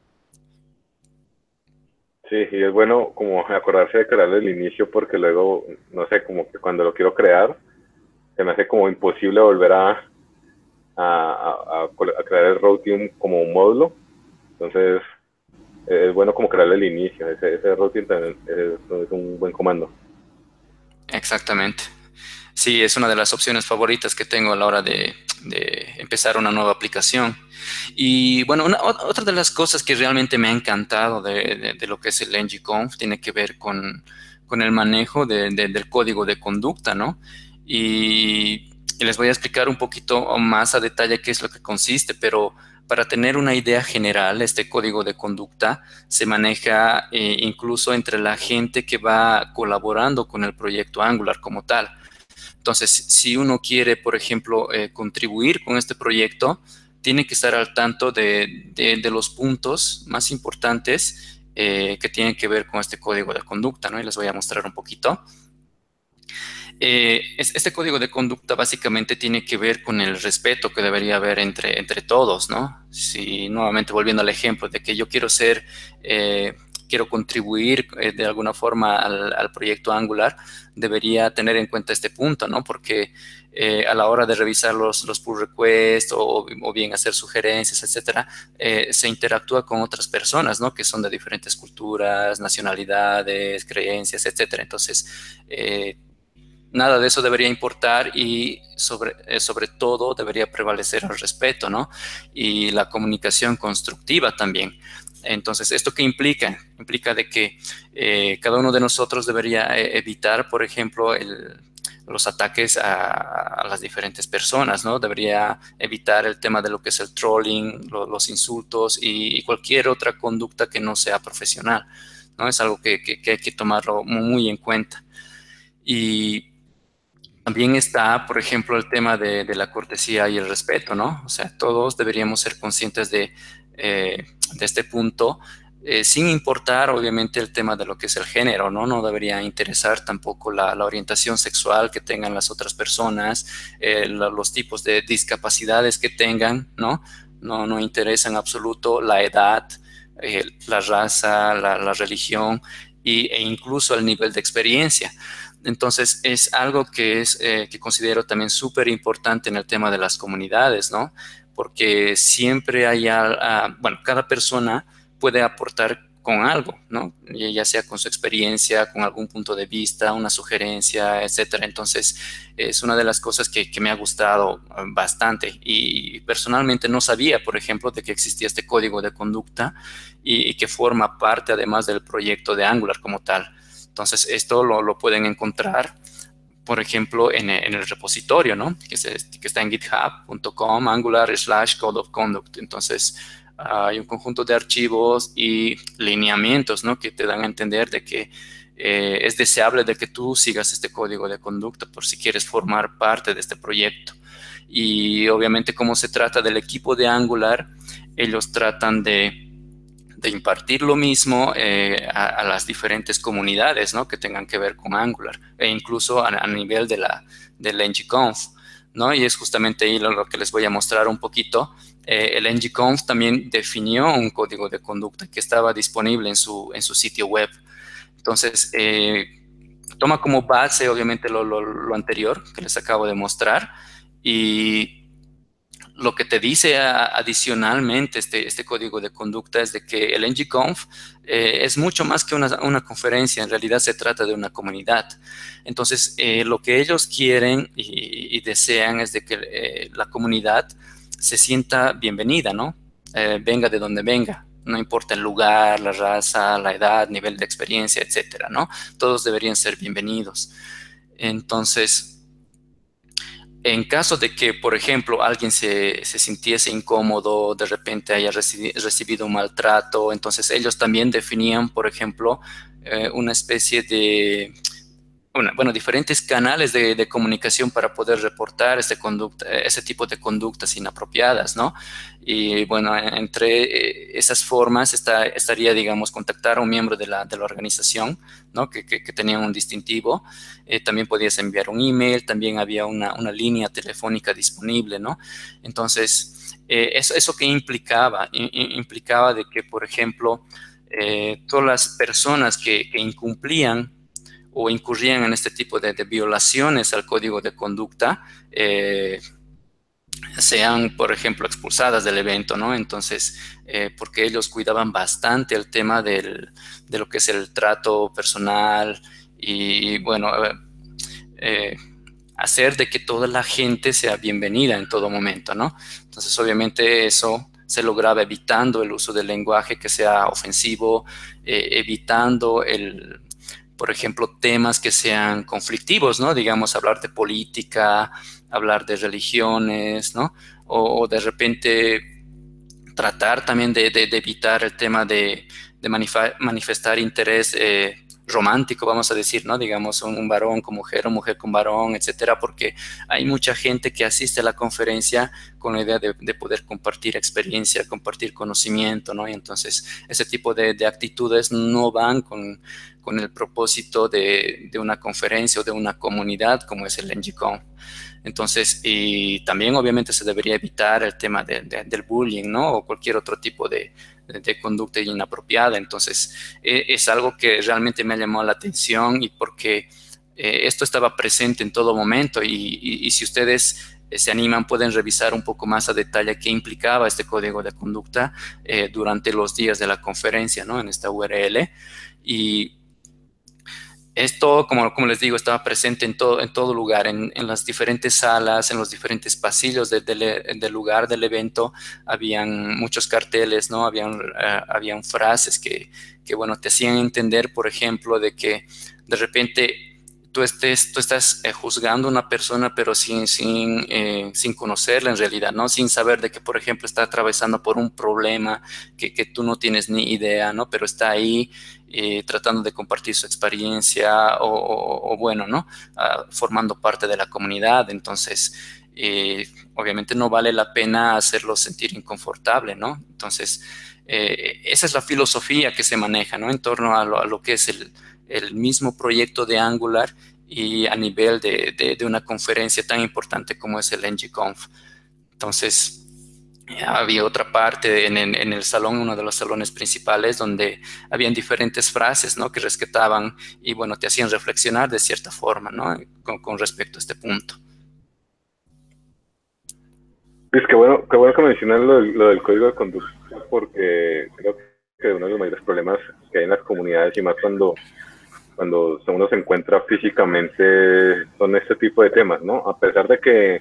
Sí, y es bueno como acordarse de crearlo al inicio porque luego, no sé, como que cuando lo quiero crear, se me hace como imposible volver a, a, a, a crear el routing como un módulo. Entonces, es bueno como crearlo al inicio. Ese, ese routing también es, es un buen comando. Exactamente. Sí, es una de las opciones favoritas que tengo a la hora de, de empezar una nueva aplicación. Y bueno, una- ot- otra de las cosas que realmente me ha encantado de, de- de lo que es el ngConf tiene que ver con, con el manejo de- de- del código de conducta, ¿no? Y, y les voy a explicar un poquito más a detalle qué es lo que consiste, pero para tener una idea general, este código de conducta se maneja eh, incluso entre la gente que va colaborando con el proyecto Angular como tal. Entonces, si uno quiere, por ejemplo, eh, contribuir con este proyecto, tiene que estar al tanto de, de- de los puntos más importantes eh, que tienen que ver con este código de conducta, ¿no? Y les voy a mostrar un poquito. Eh, es- este código de conducta básicamente tiene que ver con el respeto que debería haber entre, entre todos, ¿no? Si nuevamente volviendo al ejemplo de que yo quiero ser, eh, quiero contribuir eh, de alguna forma al, al proyecto Angular, debería tener en cuenta este punto, ¿no? Porque eh, a la hora de revisar los, los pull requests o, o bien hacer sugerencias, etcétera, eh, se interactúa con otras personas, ¿no? Que son de diferentes culturas, nacionalidades, creencias, etcétera. Entonces, eh, nada de eso debería importar y sobre, eh, sobre todo debería prevalecer el respeto, ¿no? Y la comunicación constructiva también. Entonces, ¿esto qué implica? Implica de que eh, cada uno de nosotros debería eh, evitar, por ejemplo, el, los ataques a, a las diferentes personas, ¿no? Debería evitar el tema de lo que es el trolling, lo, los insultos y, y cualquier otra conducta que no sea profesional, ¿no? Es algo que, que, que hay que tomarlo muy, muy en cuenta. Y también está, por ejemplo, el tema de, de la cortesía y el respeto, ¿no? O sea, todos deberíamos ser conscientes de, eh, de este punto, eh, sin importar, obviamente, el tema de lo que es el género, ¿no? No debería interesar tampoco la, la orientación sexual que tengan las otras personas, eh, la, los tipos de discapacidades que tengan, ¿no? No, no interesa en absoluto la edad, eh, la raza, la, la religión y, e incluso el nivel de experiencia. Entonces, es algo que, es, eh, que considero también súper importante en el tema de las comunidades, ¿no? Porque siempre hay, uh, bueno, cada persona puede aportar con algo, ¿no? Ya sea con su experiencia, con algún punto de vista, una sugerencia, etcétera. Entonces, es una de las cosas que, que me ha gustado bastante. Y personalmente no sabía, por ejemplo, de que existía este código de conducta y, y que forma parte, además, del proyecto de Angular como tal. Entonces, esto lo, lo pueden encontrar, por ejemplo, en, en el repositorio, ¿no? Que, se, que está en github punto com, angular slash code of conduct. Entonces, uh, hay un conjunto de archivos y lineamientos, ¿no? Que te dan a entender de que eh, es deseable de que tú sigas este código de conducta por si quieres formar parte de este proyecto. Y obviamente, como se trata del equipo de Angular, ellos tratan de de impartir lo mismo eh, a, a las diferentes comunidades, ¿no? Que tengan que ver con Angular, e incluso a, a nivel de la, de la ngconf, ¿no? Y es justamente ahí lo, lo que les voy a mostrar un poquito. Eh, el ngconf también definió un código de conducta que estaba disponible en su, en su sitio web. Entonces, eh, toma como base, obviamente, lo, lo, lo anterior que les acabo de mostrar, y lo que te dice a, adicionalmente este, este código de conducta es de que el ngconf eh, es mucho más que una, una conferencia, en realidad se trata de una comunidad. Entonces, eh, lo que ellos quieren y, y desean es de que eh, la comunidad se sienta bienvenida, ¿no? Eh, venga de donde venga, no importa el lugar, la raza, la edad, nivel de experiencia, etcétera, ¿no? Todos deberían ser bienvenidos. Entonces, en caso de que, por ejemplo, alguien se, se sintiese incómodo, de repente haya reci recibido un maltrato, entonces ellos también definían, por ejemplo, eh, una especie de, una, bueno, diferentes canales de, de comunicación para poder reportar este, conducta, ese tipo de conductas inapropiadas, ¿no? Y bueno, entre esas formas está, estaría, digamos, contactar a un miembro de la, de la organización, ¿no? Que, que, que tenía un distintivo. Eh, también podías enviar un email, también había una, una línea telefónica disponible, ¿no? Entonces, eh, eso, eso que implicaba, I, implicaba de que, por ejemplo, eh, todas las personas que, que incumplían o incurrían en este tipo de, de violaciones al código de conducta, eh, sean, por ejemplo, expulsadas del evento, ¿no? Entonces, eh, porque ellos cuidaban bastante el tema del, de lo que es el trato personal y, bueno, eh, hacer de que toda la gente sea bienvenida en todo momento, ¿no? Entonces, obviamente, eso se lograba evitando el uso del lenguaje que sea ofensivo, eh, evitando el, por ejemplo, temas que sean conflictivos, ¿no? Digamos, hablar de política, hablar de religiones, ¿no? O, o de repente tratar también de, de, de evitar el tema de, de manifestar interés eh, romántico, vamos a decir, ¿no? Digamos, un, un varón con mujer o mujer con varón, etcétera, porque hay mucha gente que asiste a la conferencia con la idea de, de poder compartir experiencia, compartir conocimiento, ¿no? Y entonces ese tipo de, de actitudes no van con, con el propósito de, de una conferencia o de una comunidad como es el ngconf. Entonces, y también obviamente se debería evitar el tema de, de, del bullying, ¿no? O cualquier otro tipo de, de, de conducta inapropiada. Entonces, eh, es algo que realmente me ha llamado la atención y porque eh, esto estaba presente en todo momento y, y, y si ustedes eh, se animan pueden revisar un poco más a detalle qué implicaba este código de conducta eh, durante los días de la conferencia, ¿no? En esta U R L. Y esto, como, como les digo, estaba presente en todo, en todo lugar, en, en las diferentes salas, en los diferentes pasillos de- de- del lugar del evento. Habían muchos carteles, ¿no? Habían, eh, habían frases que, que, bueno, te hacían entender, por ejemplo, de que de repente tú, estés, tú estás eh, juzgando a una persona, pero sin, sin, eh, sin conocerla en realidad, ¿no? Sin saber de que, por ejemplo, está atravesando por un problema que, que tú no tienes ni idea, ¿no? Pero está ahí eh, tratando de compartir su experiencia o, o, o bueno, ¿no? Uh, formando parte de la comunidad. Entonces, eh, obviamente no vale la pena hacerlo sentir inconfortable, ¿no? Entonces, eh, esa es la filosofía que se maneja, ¿no? En torno a lo, a lo que es el, el mismo proyecto de Angular y a nivel de, de, de una conferencia tan importante como es el N G Conf. Entonces, había otra parte en, en, en el salón, uno de los salones principales, donde habían diferentes frases, ¿no? Que rescataban y, bueno, te hacían reflexionar de cierta forma, ¿no? Con, con respecto a este punto. Pues qué bueno, qué bueno que mencionas lo, del- lo del código de conducta, porque creo que uno de los mayores problemas que hay en las comunidades, y más cuando, cuando uno se encuentra físicamente, son este tipo de temas, ¿no? A pesar de que,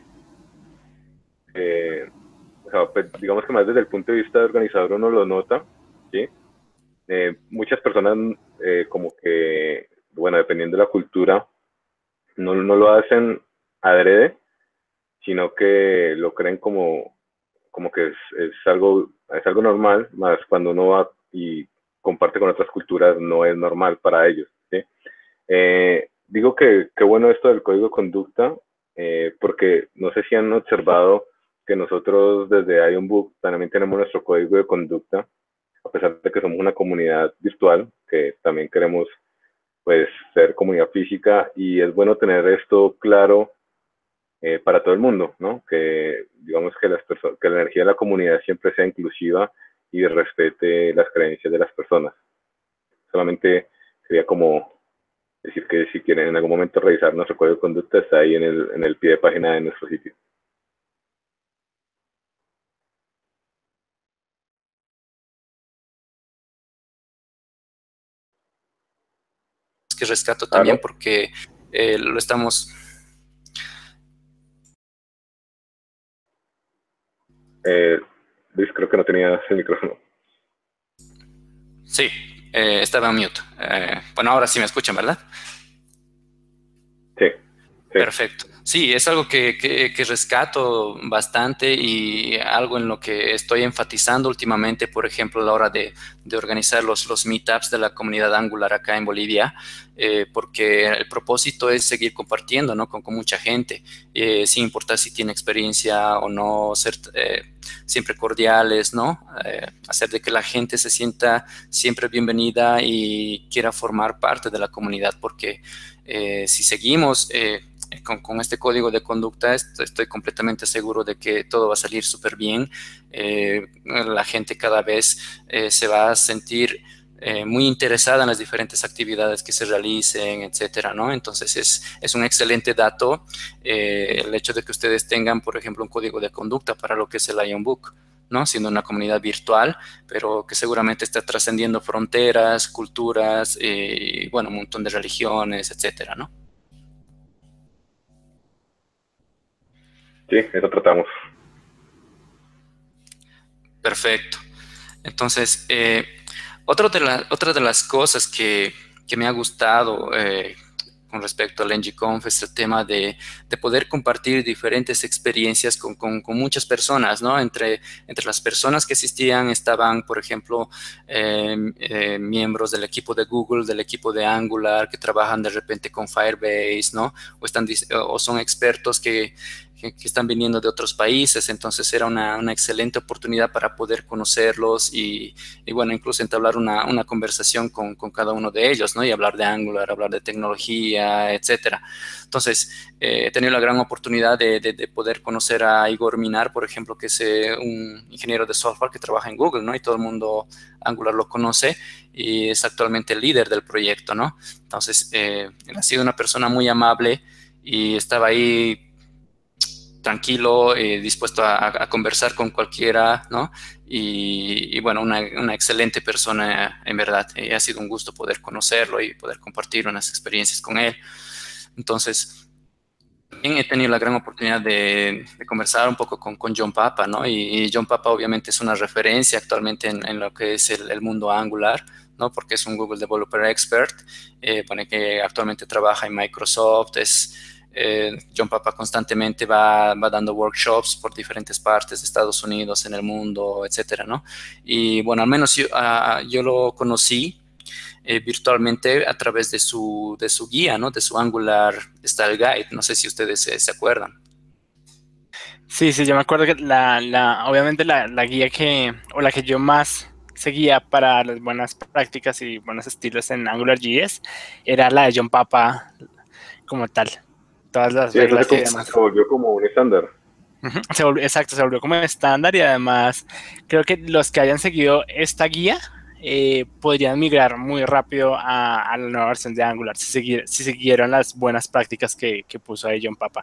eh, o sea, pues, digamos que más desde el punto de vista de organizador uno lo nota, ¿sí? Eh, muchas personas, eh, como que, bueno, dependiendo de la cultura, no, no lo hacen adrede, sino que lo creen como, como que es, es, algo, es algo normal, más cuando uno va y comparte con otras culturas no es normal para ellos, ¿sí? Eh, digo que, que bueno esto del código de conducta, eh, porque no sé si han observado que nosotros desde Ionbook también tenemos nuestro código de conducta, a pesar de que somos una comunidad virtual, que también queremos pues ser comunidad física, y es bueno tener esto claro, eh, para todo el mundo, ¿no? Que digamos que, las que la energía de la comunidad siempre sea inclusiva y respete las creencias de las personas. Solamente quería como decir que si quieren en algún momento revisar nuestro código de conducta, está ahí en el, en el pie de página de nuestro sitio. Que rescato también ¿Aló? porque eh, lo estamos... Eh, Luis, creo que no tenías el micrófono. Sí, eh, estaba en mute. Eh, bueno, ahora sí me escuchan, ¿verdad? Sí, sí. Perfecto. Sí, es algo que, que, que rescato bastante y algo en lo que estoy enfatizando últimamente, por ejemplo, a la hora de, de organizar los, los meetups de la comunidad Angular acá en Bolivia, eh, porque el propósito es seguir compartiendo, ¿no? con, con mucha gente, eh, sin importar si tiene experiencia o no, ser eh, siempre cordiales, ¿no? Eh, hacer de que la gente se sienta siempre bienvenida y quiera formar parte de la comunidad, porque eh, si seguimos... Eh, Con, con, este código de conducta estoy, estoy completamente seguro de que todo va a salir súper bien. Eh, la gente cada vez eh, se va a sentir eh, muy interesada en las diferentes actividades que se realicen, etcétera, ¿no? Entonces es, es un excelente dato eh, el hecho de que ustedes tengan, por ejemplo, un código de conducta para lo que es el Ionbook, ¿no? Siendo una comunidad virtual, pero que seguramente está trascendiendo fronteras, culturas, eh, bueno, un montón de religiones, etcétera, ¿no? Sí, eso tratamos. Perfecto. Entonces, eh, otro de la, otra de las cosas que, que me ha gustado eh, con respecto al N G Conf es el tema de, de poder compartir diferentes experiencias con, con, con muchas personas, ¿no? Entre, entre las personas que asistían estaban, por ejemplo, eh, eh, miembros del equipo de Google, del equipo de Angular, que trabajan de repente con Firebase, ¿no? O, están, o son expertos que que, que están viniendo de otros países, entonces era una, una excelente oportunidad para poder conocerlos y, y bueno, incluso entablar una, una conversación con, con, cada uno de ellos, ¿no? Y hablar de Angular, hablar de tecnología, etcétera. Entonces, eh, he tenido la gran oportunidad de, de, de, poder conocer a Igor Minar, por ejemplo, que es eh, un ingeniero de software que trabaja en Google, ¿no? Y todo el mundo Angular lo conoce y es actualmente el líder del proyecto, ¿no? Entonces, eh, él ha sido una persona muy amable y estaba ahí tranquilo, eh, dispuesto a, a conversar con cualquiera, ¿no? Y, y bueno, una, una excelente persona, en verdad. Eh, ha sido un gusto poder conocerlo y poder compartir unas experiencias con él. Entonces, también he tenido la gran oportunidad de, de conversar un poco con, con John Papa, ¿no? Y, y John Papa obviamente es una referencia actualmente en, en lo que es el, el mundo Angular, ¿no? Porque es un Google Developer Expert, eh, pone que actualmente trabaja en Microsoft, es... Eh, John Papa constantemente va, va dando workshops por diferentes partes de Estados Unidos, en el mundo, etcétera, ¿no? Y bueno, al menos yo, uh, yo lo conocí eh, virtualmente a través de su, de su guía, ¿no? De su Angular Style Guide. No sé si ustedes eh, se acuerdan. Sí, sí, yo me acuerdo que la, la, obviamente la, la guía que, o la que yo más seguía para las buenas prácticas y buenos estilos en AngularJS era la de John Papa como tal. Todas las Sí, eso reglas se, y como, demás. se volvió como un estándar. Uh-huh. Se volvió, exacto, se volvió como estándar y además creo que los que hayan seguido esta guía eh, podrían migrar muy rápido a, a la nueva versión de Angular si, segui si siguieron las buenas prácticas que, que puso ahí John Papa.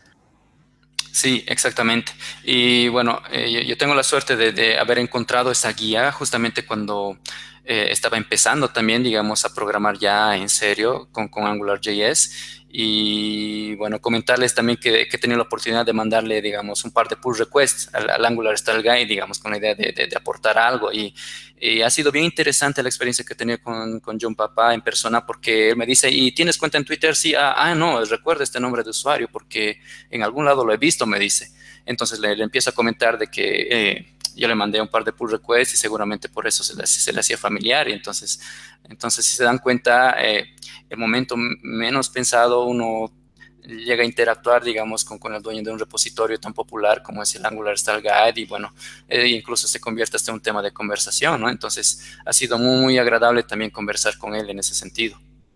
Sí, exactamente. Y bueno, eh, yo, yo tengo la suerte de, de haber encontrado esa guía justamente cuando eh, estaba empezando también, digamos, a programar ya en serio con, con AngularJS. Y bueno, comentarles también que, que he tenido la oportunidad de mandarle, digamos, un par de pull requests al, al Angular Style Guide, digamos, con la idea de, de, de aportar algo. Y, y ha sido bien interesante la experiencia que he tenido con, con John Papa en persona, porque él me dice, ¿y tienes cuenta en Twitter? Sí, ah, ah no, recuerdo este nombre de usuario porque en algún lado lo he visto, me dice. Entonces le, le empiezo a comentar de que eh, yo le mandé un par de pull requests y seguramente por eso se le, se le hacía familiar. Y entonces, entonces, si se dan cuenta, eh, el momento menos pensado uno llega a interactuar, digamos, con, con el dueño de un repositorio tan popular como es el Angular Style Guide y bueno, eh, incluso se convierte hasta en un tema de conversación, ¿no? Entonces, ha sido muy, muy agradable también conversar con él en ese sentido.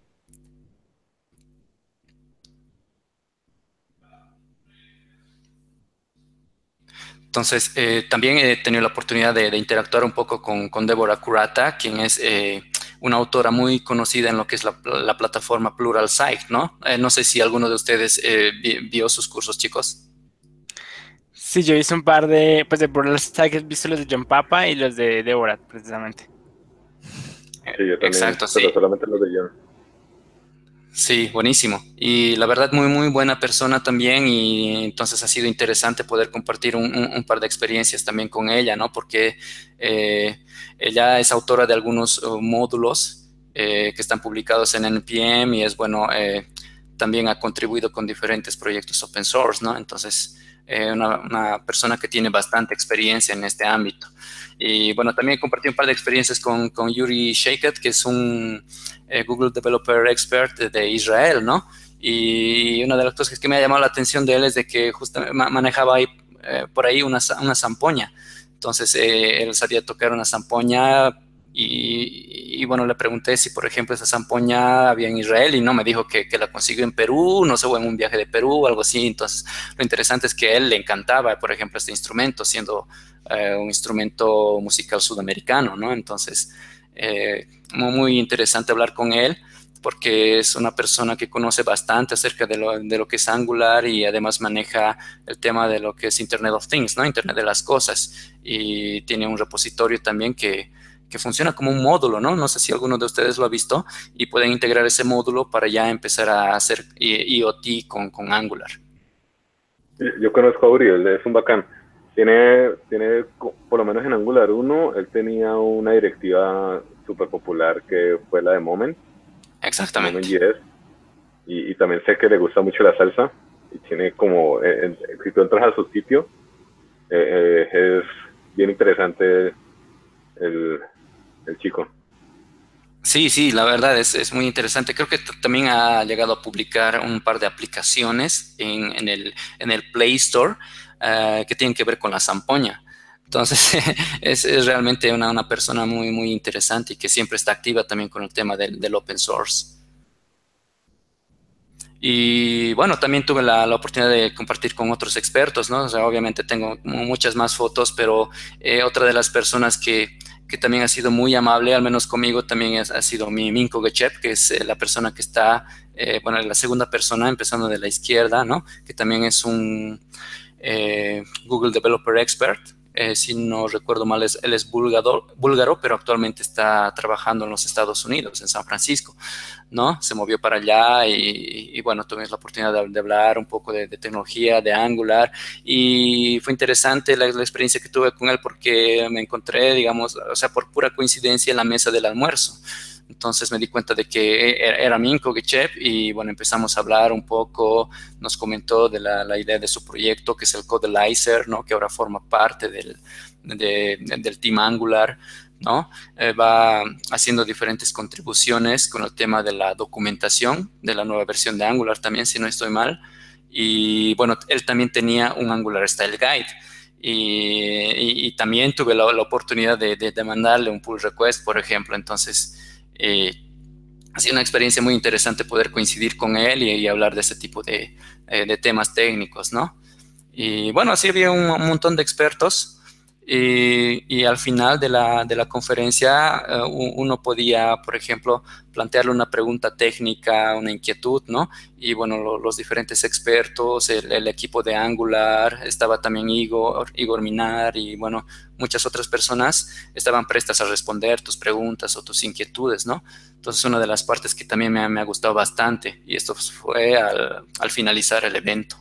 Entonces, eh, también he tenido la oportunidad de, de interactuar un poco con, con Débora Kurata, quien es eh, una autora muy conocida en lo que es la, la plataforma Pluralsight, ¿no? Eh, no sé si alguno de ustedes eh, vio sus cursos, chicos. Sí, yo hice un par de, pues de Pluralsight, he visto los de John Papa y los de Deborah, precisamente. Sí, yo también, Exacto, pero sí. solamente los de John. Sí, buenísimo. Y la verdad, muy, muy buena persona también. Y entonces ha sido interesante poder compartir un, un, un par de experiencias también con ella, ¿no? Porque eh, ella es autora de algunos uh, módulos eh, que están publicados en N P M y es bueno, eh, también ha contribuido con diferentes proyectos open source, ¿no? Entonces, eh, una, una persona que tiene bastante experiencia en este ámbito. Y bueno, también compartí un par de experiencias con, con Yuri Sheket, que es un eh, Google Developer Expert de, de Israel, ¿no? Y una de las cosas que me ha llamado la atención de él es de que justamente manejaba ahí, eh, por ahí una, una zampoña. Entonces, eh, él sabía tocar una zampoña y, y, bueno, le pregunté si, por ejemplo, esa zampoña había en Israel y no, me dijo que, que la consiguió en Perú, no sé, o en un viaje de Perú o algo así. Entonces, lo interesante es que a él le encantaba, por ejemplo, este instrumento, siendo eh, un instrumento musical sudamericano, ¿no? Entonces, eh, muy, muy interesante hablar con él porque es una persona que conoce bastante acerca de lo, de lo que es Angular y además maneja el tema de lo que es Internet of Things, ¿no? Internet de las cosas. Y tiene un repositorio también que, que funciona como un módulo, ¿no? No sé si alguno de ustedes lo ha visto y pueden integrar ese módulo para ya empezar a hacer I O T con, con Angular. Yo conozco a Uriel, es un bacán. Tiene, tiene, por lo menos en Angular uno, él tenía una directiva súper popular que fue la de Moment. Exactamente. Moment.js. Y, y también sé que le gusta mucho la salsa. Y tiene como, eh, si tú entras a su sitio, eh, eh, es bien interesante el, el chico. Sí, sí, la verdad es, es muy interesante. Creo que también ha llegado a publicar un par de aplicaciones en, en, el, en el Play Store uh, que tienen que ver con la zampoña. Entonces, es, es realmente una, una persona muy, muy interesante y que siempre está activa también con el tema del, del open source. Y bueno, también tuve la, la oportunidad de compartir con otros expertos, ¿no? O sea, obviamente tengo muchas más fotos, pero eh, otra de las personas que, que también ha sido muy amable, al menos conmigo, también es, ha sido mi Minko Gechep, que es eh, la persona que está, eh, bueno, la segunda persona, empezando de la izquierda, ¿no? Que también es un, eh, Google Developer Expert. Eh, si no recuerdo mal, es, él es búlgaro, búlgaro, pero actualmente está trabajando en los Estados Unidos, en San Francisco, ¿no? Se movió para allá y, y bueno, tuvimos la oportunidad de, de hablar un poco de, de tecnología, de Angular, y fue interesante la, la experiencia que tuve con él porque me encontré, digamos, o sea, por pura coincidencia en la mesa del almuerzo. Entonces me di cuenta de que era Minko Gechev y bueno, empezamos a hablar un poco, nos comentó de la, la idea de su proyecto, que es el Codelizer, ¿no? Que ahora forma parte del, de, del Team Angular, ¿no? Eh, va haciendo diferentes contribuciones con el tema de la documentación de la nueva versión de Angular también, si no estoy mal. Y bueno, él también tenía un Angular Style Guide. Y, y, y también tuve la, la oportunidad de, de, de mandarle un pull request, por ejemplo. Entonces, Eh, ha sido una experiencia muy interesante poder coincidir con él y, y hablar de ese tipo de, eh, de temas técnicos, ¿no? Y bueno, así había un, un montón de expertos y, y al final de la, de la conferencia uh, uno podía, por ejemplo, plantearle una pregunta técnica, una inquietud, ¿no? Y bueno, lo, los diferentes expertos, el, el equipo de Angular, estaba también Igor, Igor Minar y bueno, muchas otras personas estaban prestas a responder tus preguntas o tus inquietudes, ¿no? Entonces, una de las partes que también me, me ha gustado bastante, y esto fue al, al finalizar el evento.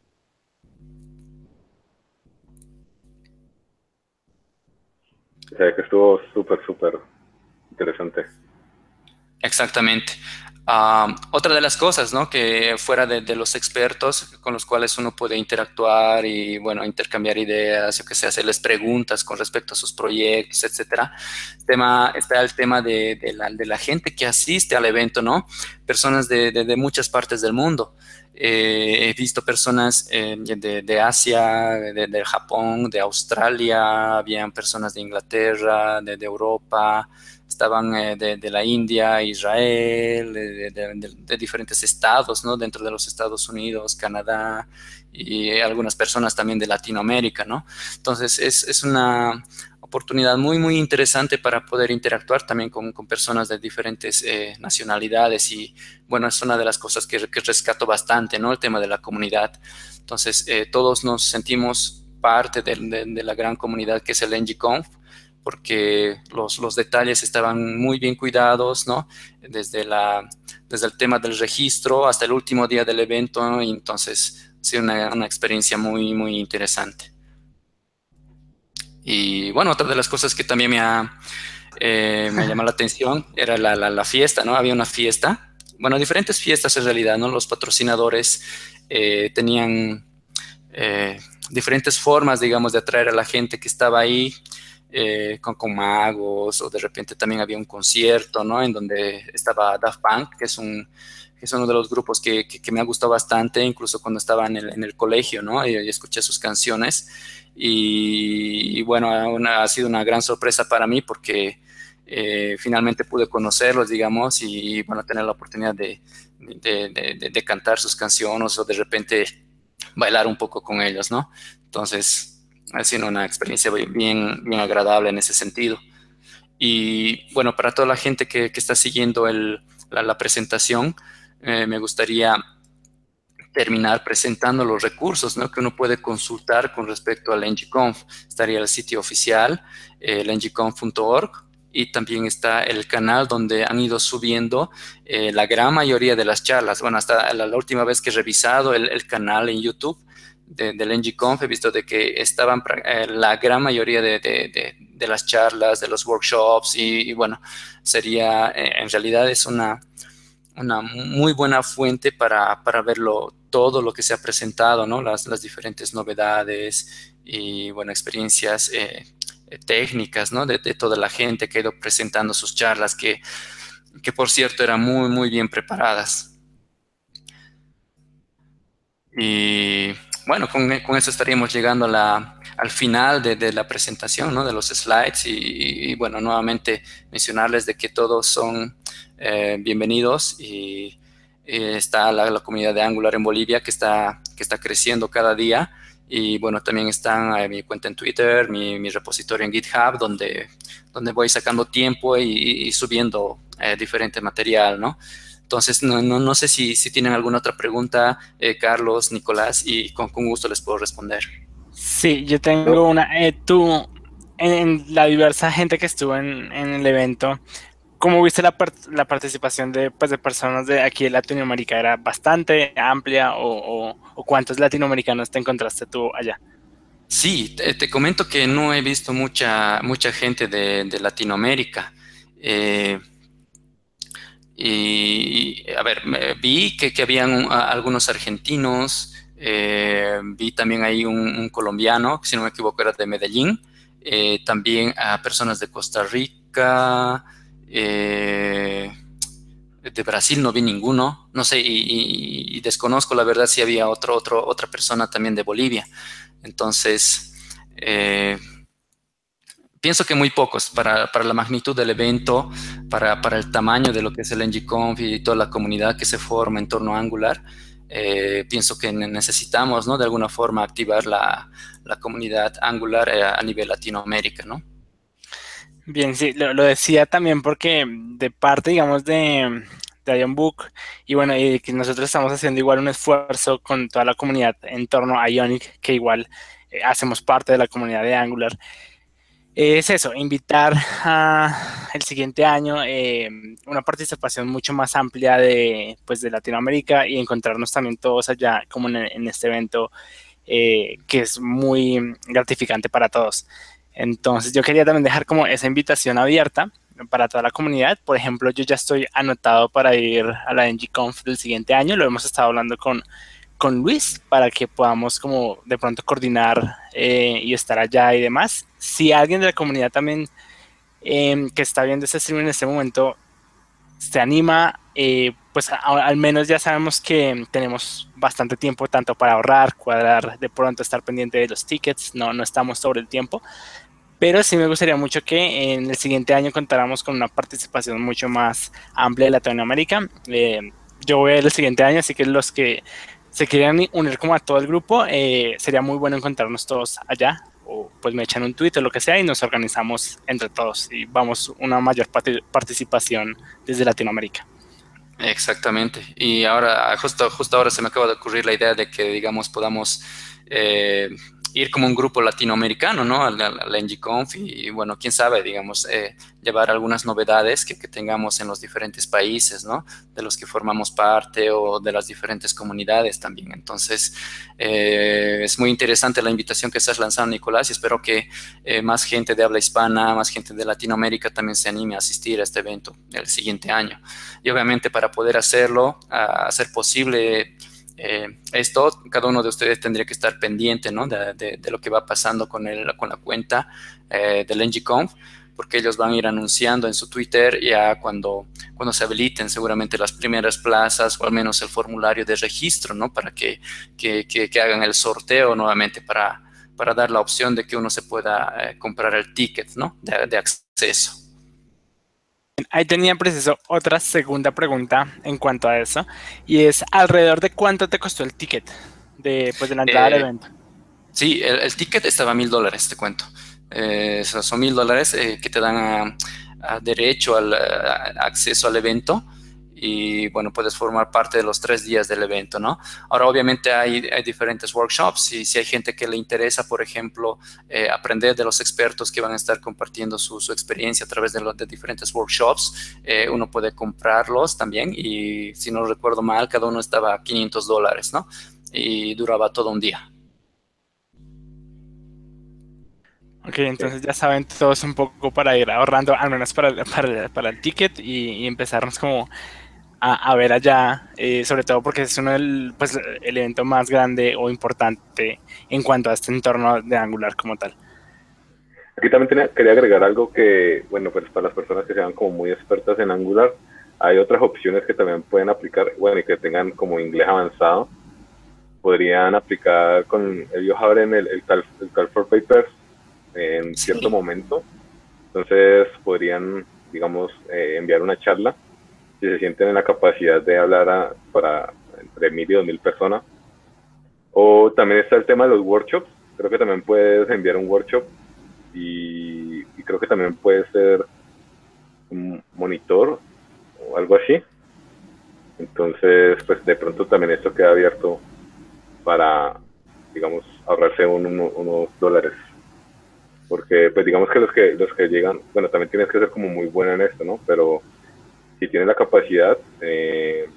O sea, que estuvo súper, súper interesante. Exactamente. Uh, otra de las cosas, ¿no? Que fuera de, de los expertos con los cuales uno puede interactuar y, bueno, intercambiar ideas, yo que sé, hacerles preguntas con respecto a sus proyectos, etcétera. Tema, está el tema de, de, la, de la gente que asiste al evento, ¿no? Personas de, de, de muchas partes del mundo. Eh, he visto personas eh, de, de Asia, de, de Japón, de Australia, habían personas de Inglaterra, de, de Europa, estaban eh, de, de la India, Israel, de, de, de, de diferentes estados, ¿no? Dentro de los Estados Unidos, Canadá y algunas personas también de Latinoamérica, ¿no? Entonces es, es una oportunidad muy, muy interesante para poder interactuar también con, con personas de diferentes eh, nacionalidades y bueno, es una de las cosas que, que rescato bastante, ¿no? El tema de la comunidad. Entonces eh, todos nos sentimos parte de, de, de la gran comunidad que es el NGConf, porque los, los detalles estaban muy bien cuidados, ¿no? Desde, la, desde el tema del registro hasta el último día del evento, ¿no? Y entonces ha sido una, una experiencia muy, muy interesante. Y bueno, otra de las cosas que también me ha, eh, me llamó la atención era la, la, la fiesta, ¿no? Había una fiesta, bueno, diferentes fiestas en realidad, ¿no? Los patrocinadores eh, tenían eh, diferentes formas, digamos, de atraer a la gente que estaba ahí. Eh, con, con magos, o de repente también había un concierto, ¿no? En donde estaba Daft Punk, que es, un, que es uno de los grupos que, que, que me ha gustado bastante, incluso cuando estaba en el, en el colegio, ¿no? Y, y escuché sus canciones. Y, y bueno, una, ha sido una gran sorpresa para mí porque eh, finalmente pude conocerlos, digamos, y bueno, tener la oportunidad de, de, de, de, de cantar sus canciones o de repente bailar un poco con ellos, ¿no? Entonces, ha sido una experiencia bien, bien agradable en ese sentido. Y bueno, para toda la gente que, que está siguiendo el, la, la presentación, eh, me gustaría terminar presentando los recursos, ¿no? Que uno puede consultar con respecto al NGConf. Estaría el sitio oficial, eh, el N G conf punto org, y también está el canal donde han ido subiendo eh, la gran mayoría de las charlas. Bueno, hasta la, la última vez que he revisado el, el canal en YouTube de, del NGConf, he visto de que estaban eh, la gran mayoría de, de, de, de las charlas, de los workshops, y, y bueno, sería, eh, en realidad es una, una muy buena fuente para, para verlo, todo lo que se ha presentado, ¿no? Las, las diferentes novedades y, bueno, experiencias eh, técnicas, ¿no? De, de toda la gente que ha ido presentando sus charlas, que, que por cierto eran muy, muy bien preparadas. Y bueno, con, con eso estaríamos llegando a la, al final de, de la presentación, ¿no? De los slides y, y bueno, nuevamente mencionarles de que todos son eh, bienvenidos y, y está la, la comunidad de Angular en Bolivia que está, que está creciendo cada día y bueno, también está eh, mi cuenta en Twitter, mi, mi repositorio en GitHub donde, donde voy sacando tiempo y, y subiendo eh, diferente material, ¿no? Entonces, no, no, no sé si, si tienen alguna otra pregunta, eh, Carlos, Nicolás, y con, con gusto les puedo responder. Sí, yo No, tengo una. Eh, tú, en, en la diversa gente que estuvo en, en el evento, ¿cómo viste la, par- la participación de, pues, de personas de aquí de Latinoamérica? ¿Era bastante amplia o, o- o cuántos latinoamericanos te encontraste tú allá? Sí, te, te comento que no he visto mucha, mucha gente de, de Latinoamérica. Eh, y, a ver, me- vi que, que habían a- algunos argentinos, eh, vi también ahí un, un colombiano, que si no me equivoco era de Medellín, eh, también a personas de Costa Rica, eh, de Brasil no vi ninguno, no sé, y, y- y desconozco la verdad si había otro, otro, otra persona también de Bolivia. Entonces, eh, pienso que muy pocos para, para la magnitud del evento, para, para el tamaño de lo que es el NGConf y toda la comunidad que se forma en torno a Angular. Eh, pienso que necesitamos, ¿no? De alguna forma activar la, la comunidad Angular eh, a nivel Latinoamérica, ¿no? Bien, sí, lo, lo decía también porque de parte, digamos, de, de Ion Book, y bueno, y que nosotros estamos haciendo igual un esfuerzo con toda la comunidad en torno a Ionic, que igual eh, hacemos parte de la comunidad de Angular. Eh, es eso, invitar a el siguiente año eh, una participación mucho más amplia de, pues, de Latinoamérica y encontrarnos también todos allá como en, en este evento eh, que es muy gratificante para todos. Entonces yo quería también dejar como esa invitación abierta para toda la comunidad. Por ejemplo, yo ya estoy anotado para ir a la NGConf del siguiente año. Lo hemos estado hablando con, con Luis para que podamos como de pronto coordinar eh, y estar allá y demás. Si alguien de la comunidad también eh, que está viendo este stream en este momento se anima, eh, pues a- al menos ya sabemos que tenemos bastante tiempo tanto para ahorrar, cuadrar, de pronto estar pendiente de los tickets, no, no estamos sobre el tiempo, pero sí me gustaría mucho que en el siguiente año contáramos con una participación mucho más amplia de Latinoamérica. Eh, yo voy a ir el siguiente año, así que los que se quieran unir como a todo el grupo, eh, sería muy bueno encontrarnos todos allá. O pues me echan un tweet o lo que sea y nos organizamos entre todos y vamos una mayor parti- participación desde Latinoamérica. Exactamente. Y ahora, justo, justo ahora se me acaba de ocurrir la idea de que, digamos, podamos eh, ir como un grupo latinoamericano, ¿no? Al, al, al NGConf y, bueno, quién sabe, digamos, eh, llevar algunas novedades que, que tengamos en los diferentes países, ¿no? De los que formamos parte o de las diferentes comunidades también. Entonces, eh, es muy interesante la invitación que estás lanzando, Nicolás, y espero que eh, más gente de habla hispana, más gente de Latinoamérica también se anime a asistir a este evento el siguiente año. Y obviamente para poder hacerlo, a hacer posible eh, esto, cada uno de ustedes tendría que estar pendiente, ¿no? de, de, de, lo que va pasando con, el, con la cuenta eh, del NGConf, porque ellos van a ir anunciando en su Twitter ya cuando, cuando se habiliten seguramente las primeras plazas o al menos el formulario de registro, ¿no? Para que, que, que, que hagan el sorteo nuevamente para, para dar la opción de que uno se pueda eh, comprar el ticket, ¿no? de, de acceso. Ahí tenía preciso otra segunda pregunta en cuanto a eso, y es alrededor de cuánto te costó el ticket de, pues, de la entrada al Eh, evento. Sí, el, el ticket estaba a mil dólares, te cuento. Eh, son son mil dólares eh, que te dan a, a derecho al a acceso al evento y bueno, puedes formar parte de los tres días del evento, ¿no? Ahora, obviamente hay, hay diferentes workshops y si hay gente que le interesa, por ejemplo, eh, aprender de los expertos que van a estar compartiendo su, su experiencia a través de los de diferentes workshops, eh, uno puede comprarlos también y si no recuerdo mal, cada uno estaba a quinientos dólares, ¿no? Y duraba todo un día. Ok, entonces ya saben todos un poco para ir ahorrando, al menos para, el- para, el- para el ticket y, y empezarnos como a, a ver allá, eh, sobre todo porque es uno del, pues, el evento más grande o importante en cuanto a este entorno de Angular como tal. aquí también tenía, quería agregar algo que, bueno, pues para las personas que sean como muy expertas en Angular, hay otras opciones que también pueden aplicar, bueno, y que tengan como inglés avanzado, podrían aplicar con, ellos abren el, el, call, el call for papers en cierto Sí. momento, entonces podrían, digamos, eh, enviar una charla, si se sienten en la capacidad de hablar a, para entre mil y dos mil personas, o también está el tema de los workshops, creo que también puedes enviar un workshop y, y creo que también puede ser un monitor o algo así. Entonces, pues de pronto también esto queda abierto para, digamos, ahorrarse un, uno, unos dólares. Porque, pues digamos que los que los que llegan, bueno, también tienes que ser como muy bueno en esto, ¿no? Pero si tienes la capacidad, eh,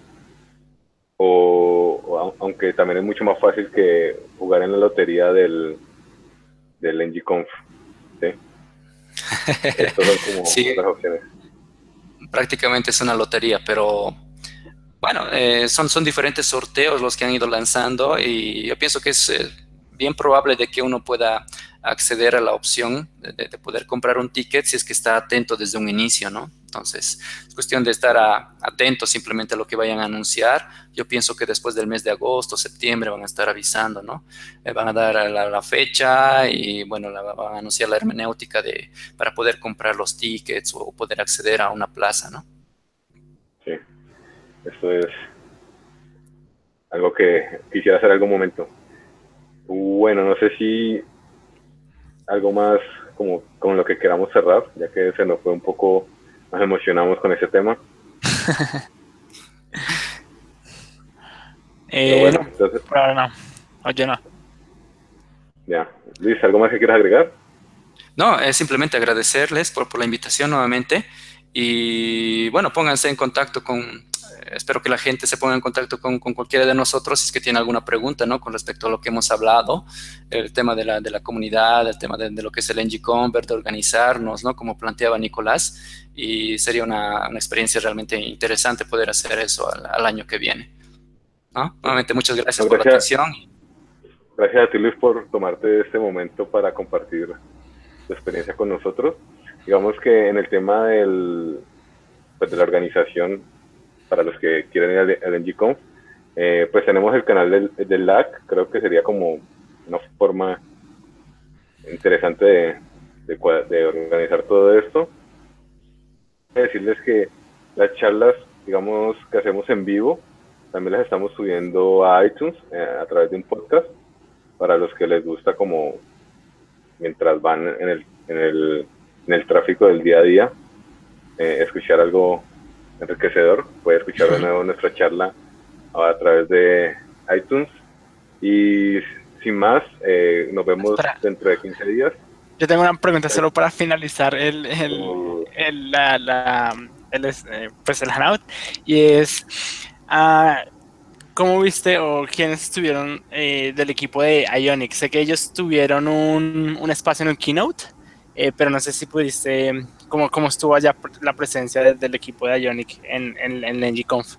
o, o, aunque también es mucho más fácil que jugar en la lotería del, del N G Conf, ¿sí? Estas son como sí, otras opciones. prácticamente es una lotería, pero bueno, eh, son, son diferentes sorteos los que han ido lanzando y yo pienso que es eh, bien probable de que uno pueda acceder a la opción de, de poder comprar un ticket si es que está atento desde un inicio, ¿no? Entonces, es cuestión de estar a, atento simplemente a lo que vayan a anunciar. Yo pienso que después del mes de agosto, septiembre van a estar avisando, ¿no? Eh, van a dar la, la fecha y, bueno, la, van a anunciar la hermenéutica de, para poder comprar los tickets o poder acceder a una plaza, ¿no? Sí, esto es algo que quisiera hacer en algún momento. Bueno, no sé si algo más como con lo que queramos cerrar, ya que se nos fue un poco, nos emocionamos con ese tema. eh, bueno, no, entonces, por ahora no. Oye, no. ya. Luis, ¿algo más que quieras agregar? No, es simplemente agradecerles por, por la invitación nuevamente y bueno, pónganse en contacto con, eh, espero que la gente se ponga en contacto con, con cualquiera de nosotros si es que tiene alguna pregunta, ¿no? Con respecto a lo que hemos hablado, el tema de la, de la comunidad, el tema de, de lo que es el N G Convert, de organizarnos, ¿no? Como planteaba Nicolás, y sería una, una experiencia realmente interesante poder hacer eso al, al año que viene, ¿no? Nuevamente, muchas gracias No, por la gracias, atención. gracias a ti, Luis, por tomarte este momento para compartir tu experiencia con nosotros. Digamos que en el tema del, pues, de la organización, para los que quieren ir al, al N G Conf, eh, pues tenemos el canal del, del L A C, creo que sería como una forma interesante de, de, de organizar todo esto. Decirles que las charlas, digamos, que hacemos en vivo, también las estamos subiendo a iTunes eh, a través de un podcast, para los que les gusta como mientras van en el, en el, en el tráfico del día a día, eh, escuchar algo enriquecedor. Puede escuchar de nuevo nuestra charla a través de iTunes. Y sin más, eh, nos vemos Espera. dentro de quince días. Yo tengo una pregunta solo para finalizar el, el, Uh, el, la, la, el, eh, pues el Hangout, y es, uh, ¿cómo viste o quiénes estuvieron eh, del equipo de Ionic? Sé que ellos tuvieron un, un espacio en el Keynote, eh, pero no sé si pudiste, cómo, cómo estuvo allá la presencia de, del equipo de Ionic en, en, en N G Conf.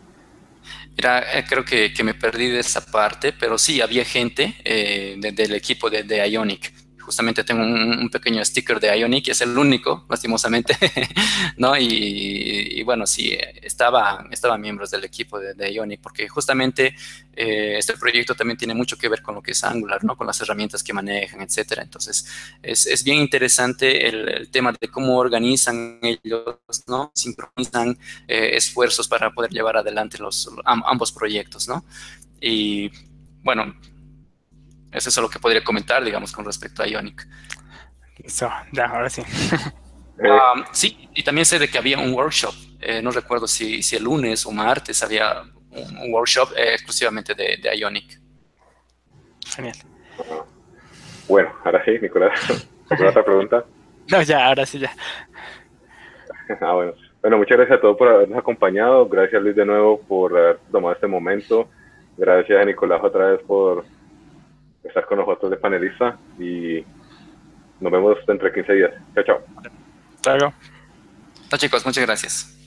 Mira, eh, creo que, que me perdí de esa parte, pero sí, había gente eh, de, del equipo de, de Ionic. Justamente tengo un, un pequeño sticker de Ionic, y es el único, lastimosamente, ¿no? Y, y bueno, sí, estaba, estaba miembros del equipo de, de Ionic, porque justamente eh, este proyecto también tiene mucho que ver con lo que es Angular, ¿no? Con las herramientas que manejan, etcétera. Entonces, es, es bien interesante el, el tema de cómo organizan ellos, ¿no? Sincronizan eh, esfuerzos para poder llevar adelante los, ambos proyectos, ¿no? Y bueno, eso es lo que podría comentar, digamos, con respecto a Ionic. Listo, ya, ahora sí. Um, sí, y también sé de que había un workshop, eh, no recuerdo si, si el lunes o martes había un, un workshop eh, exclusivamente de, de Ionic. Genial. Bueno, ahora sí, Nicolás, ¿alguna otra pregunta? No, ya, ahora sí, ya. Ah, bueno. Bueno, muchas gracias a todos por habernos acompañado. Gracias, Luis, de nuevo por haber tomado este momento. Gracias a Nicolás otra vez por estar con nosotros de panelista. Y nos vemos dentro de quince días. Chao, chao. Hasta luego. Entonces, chicos, muchas gracias.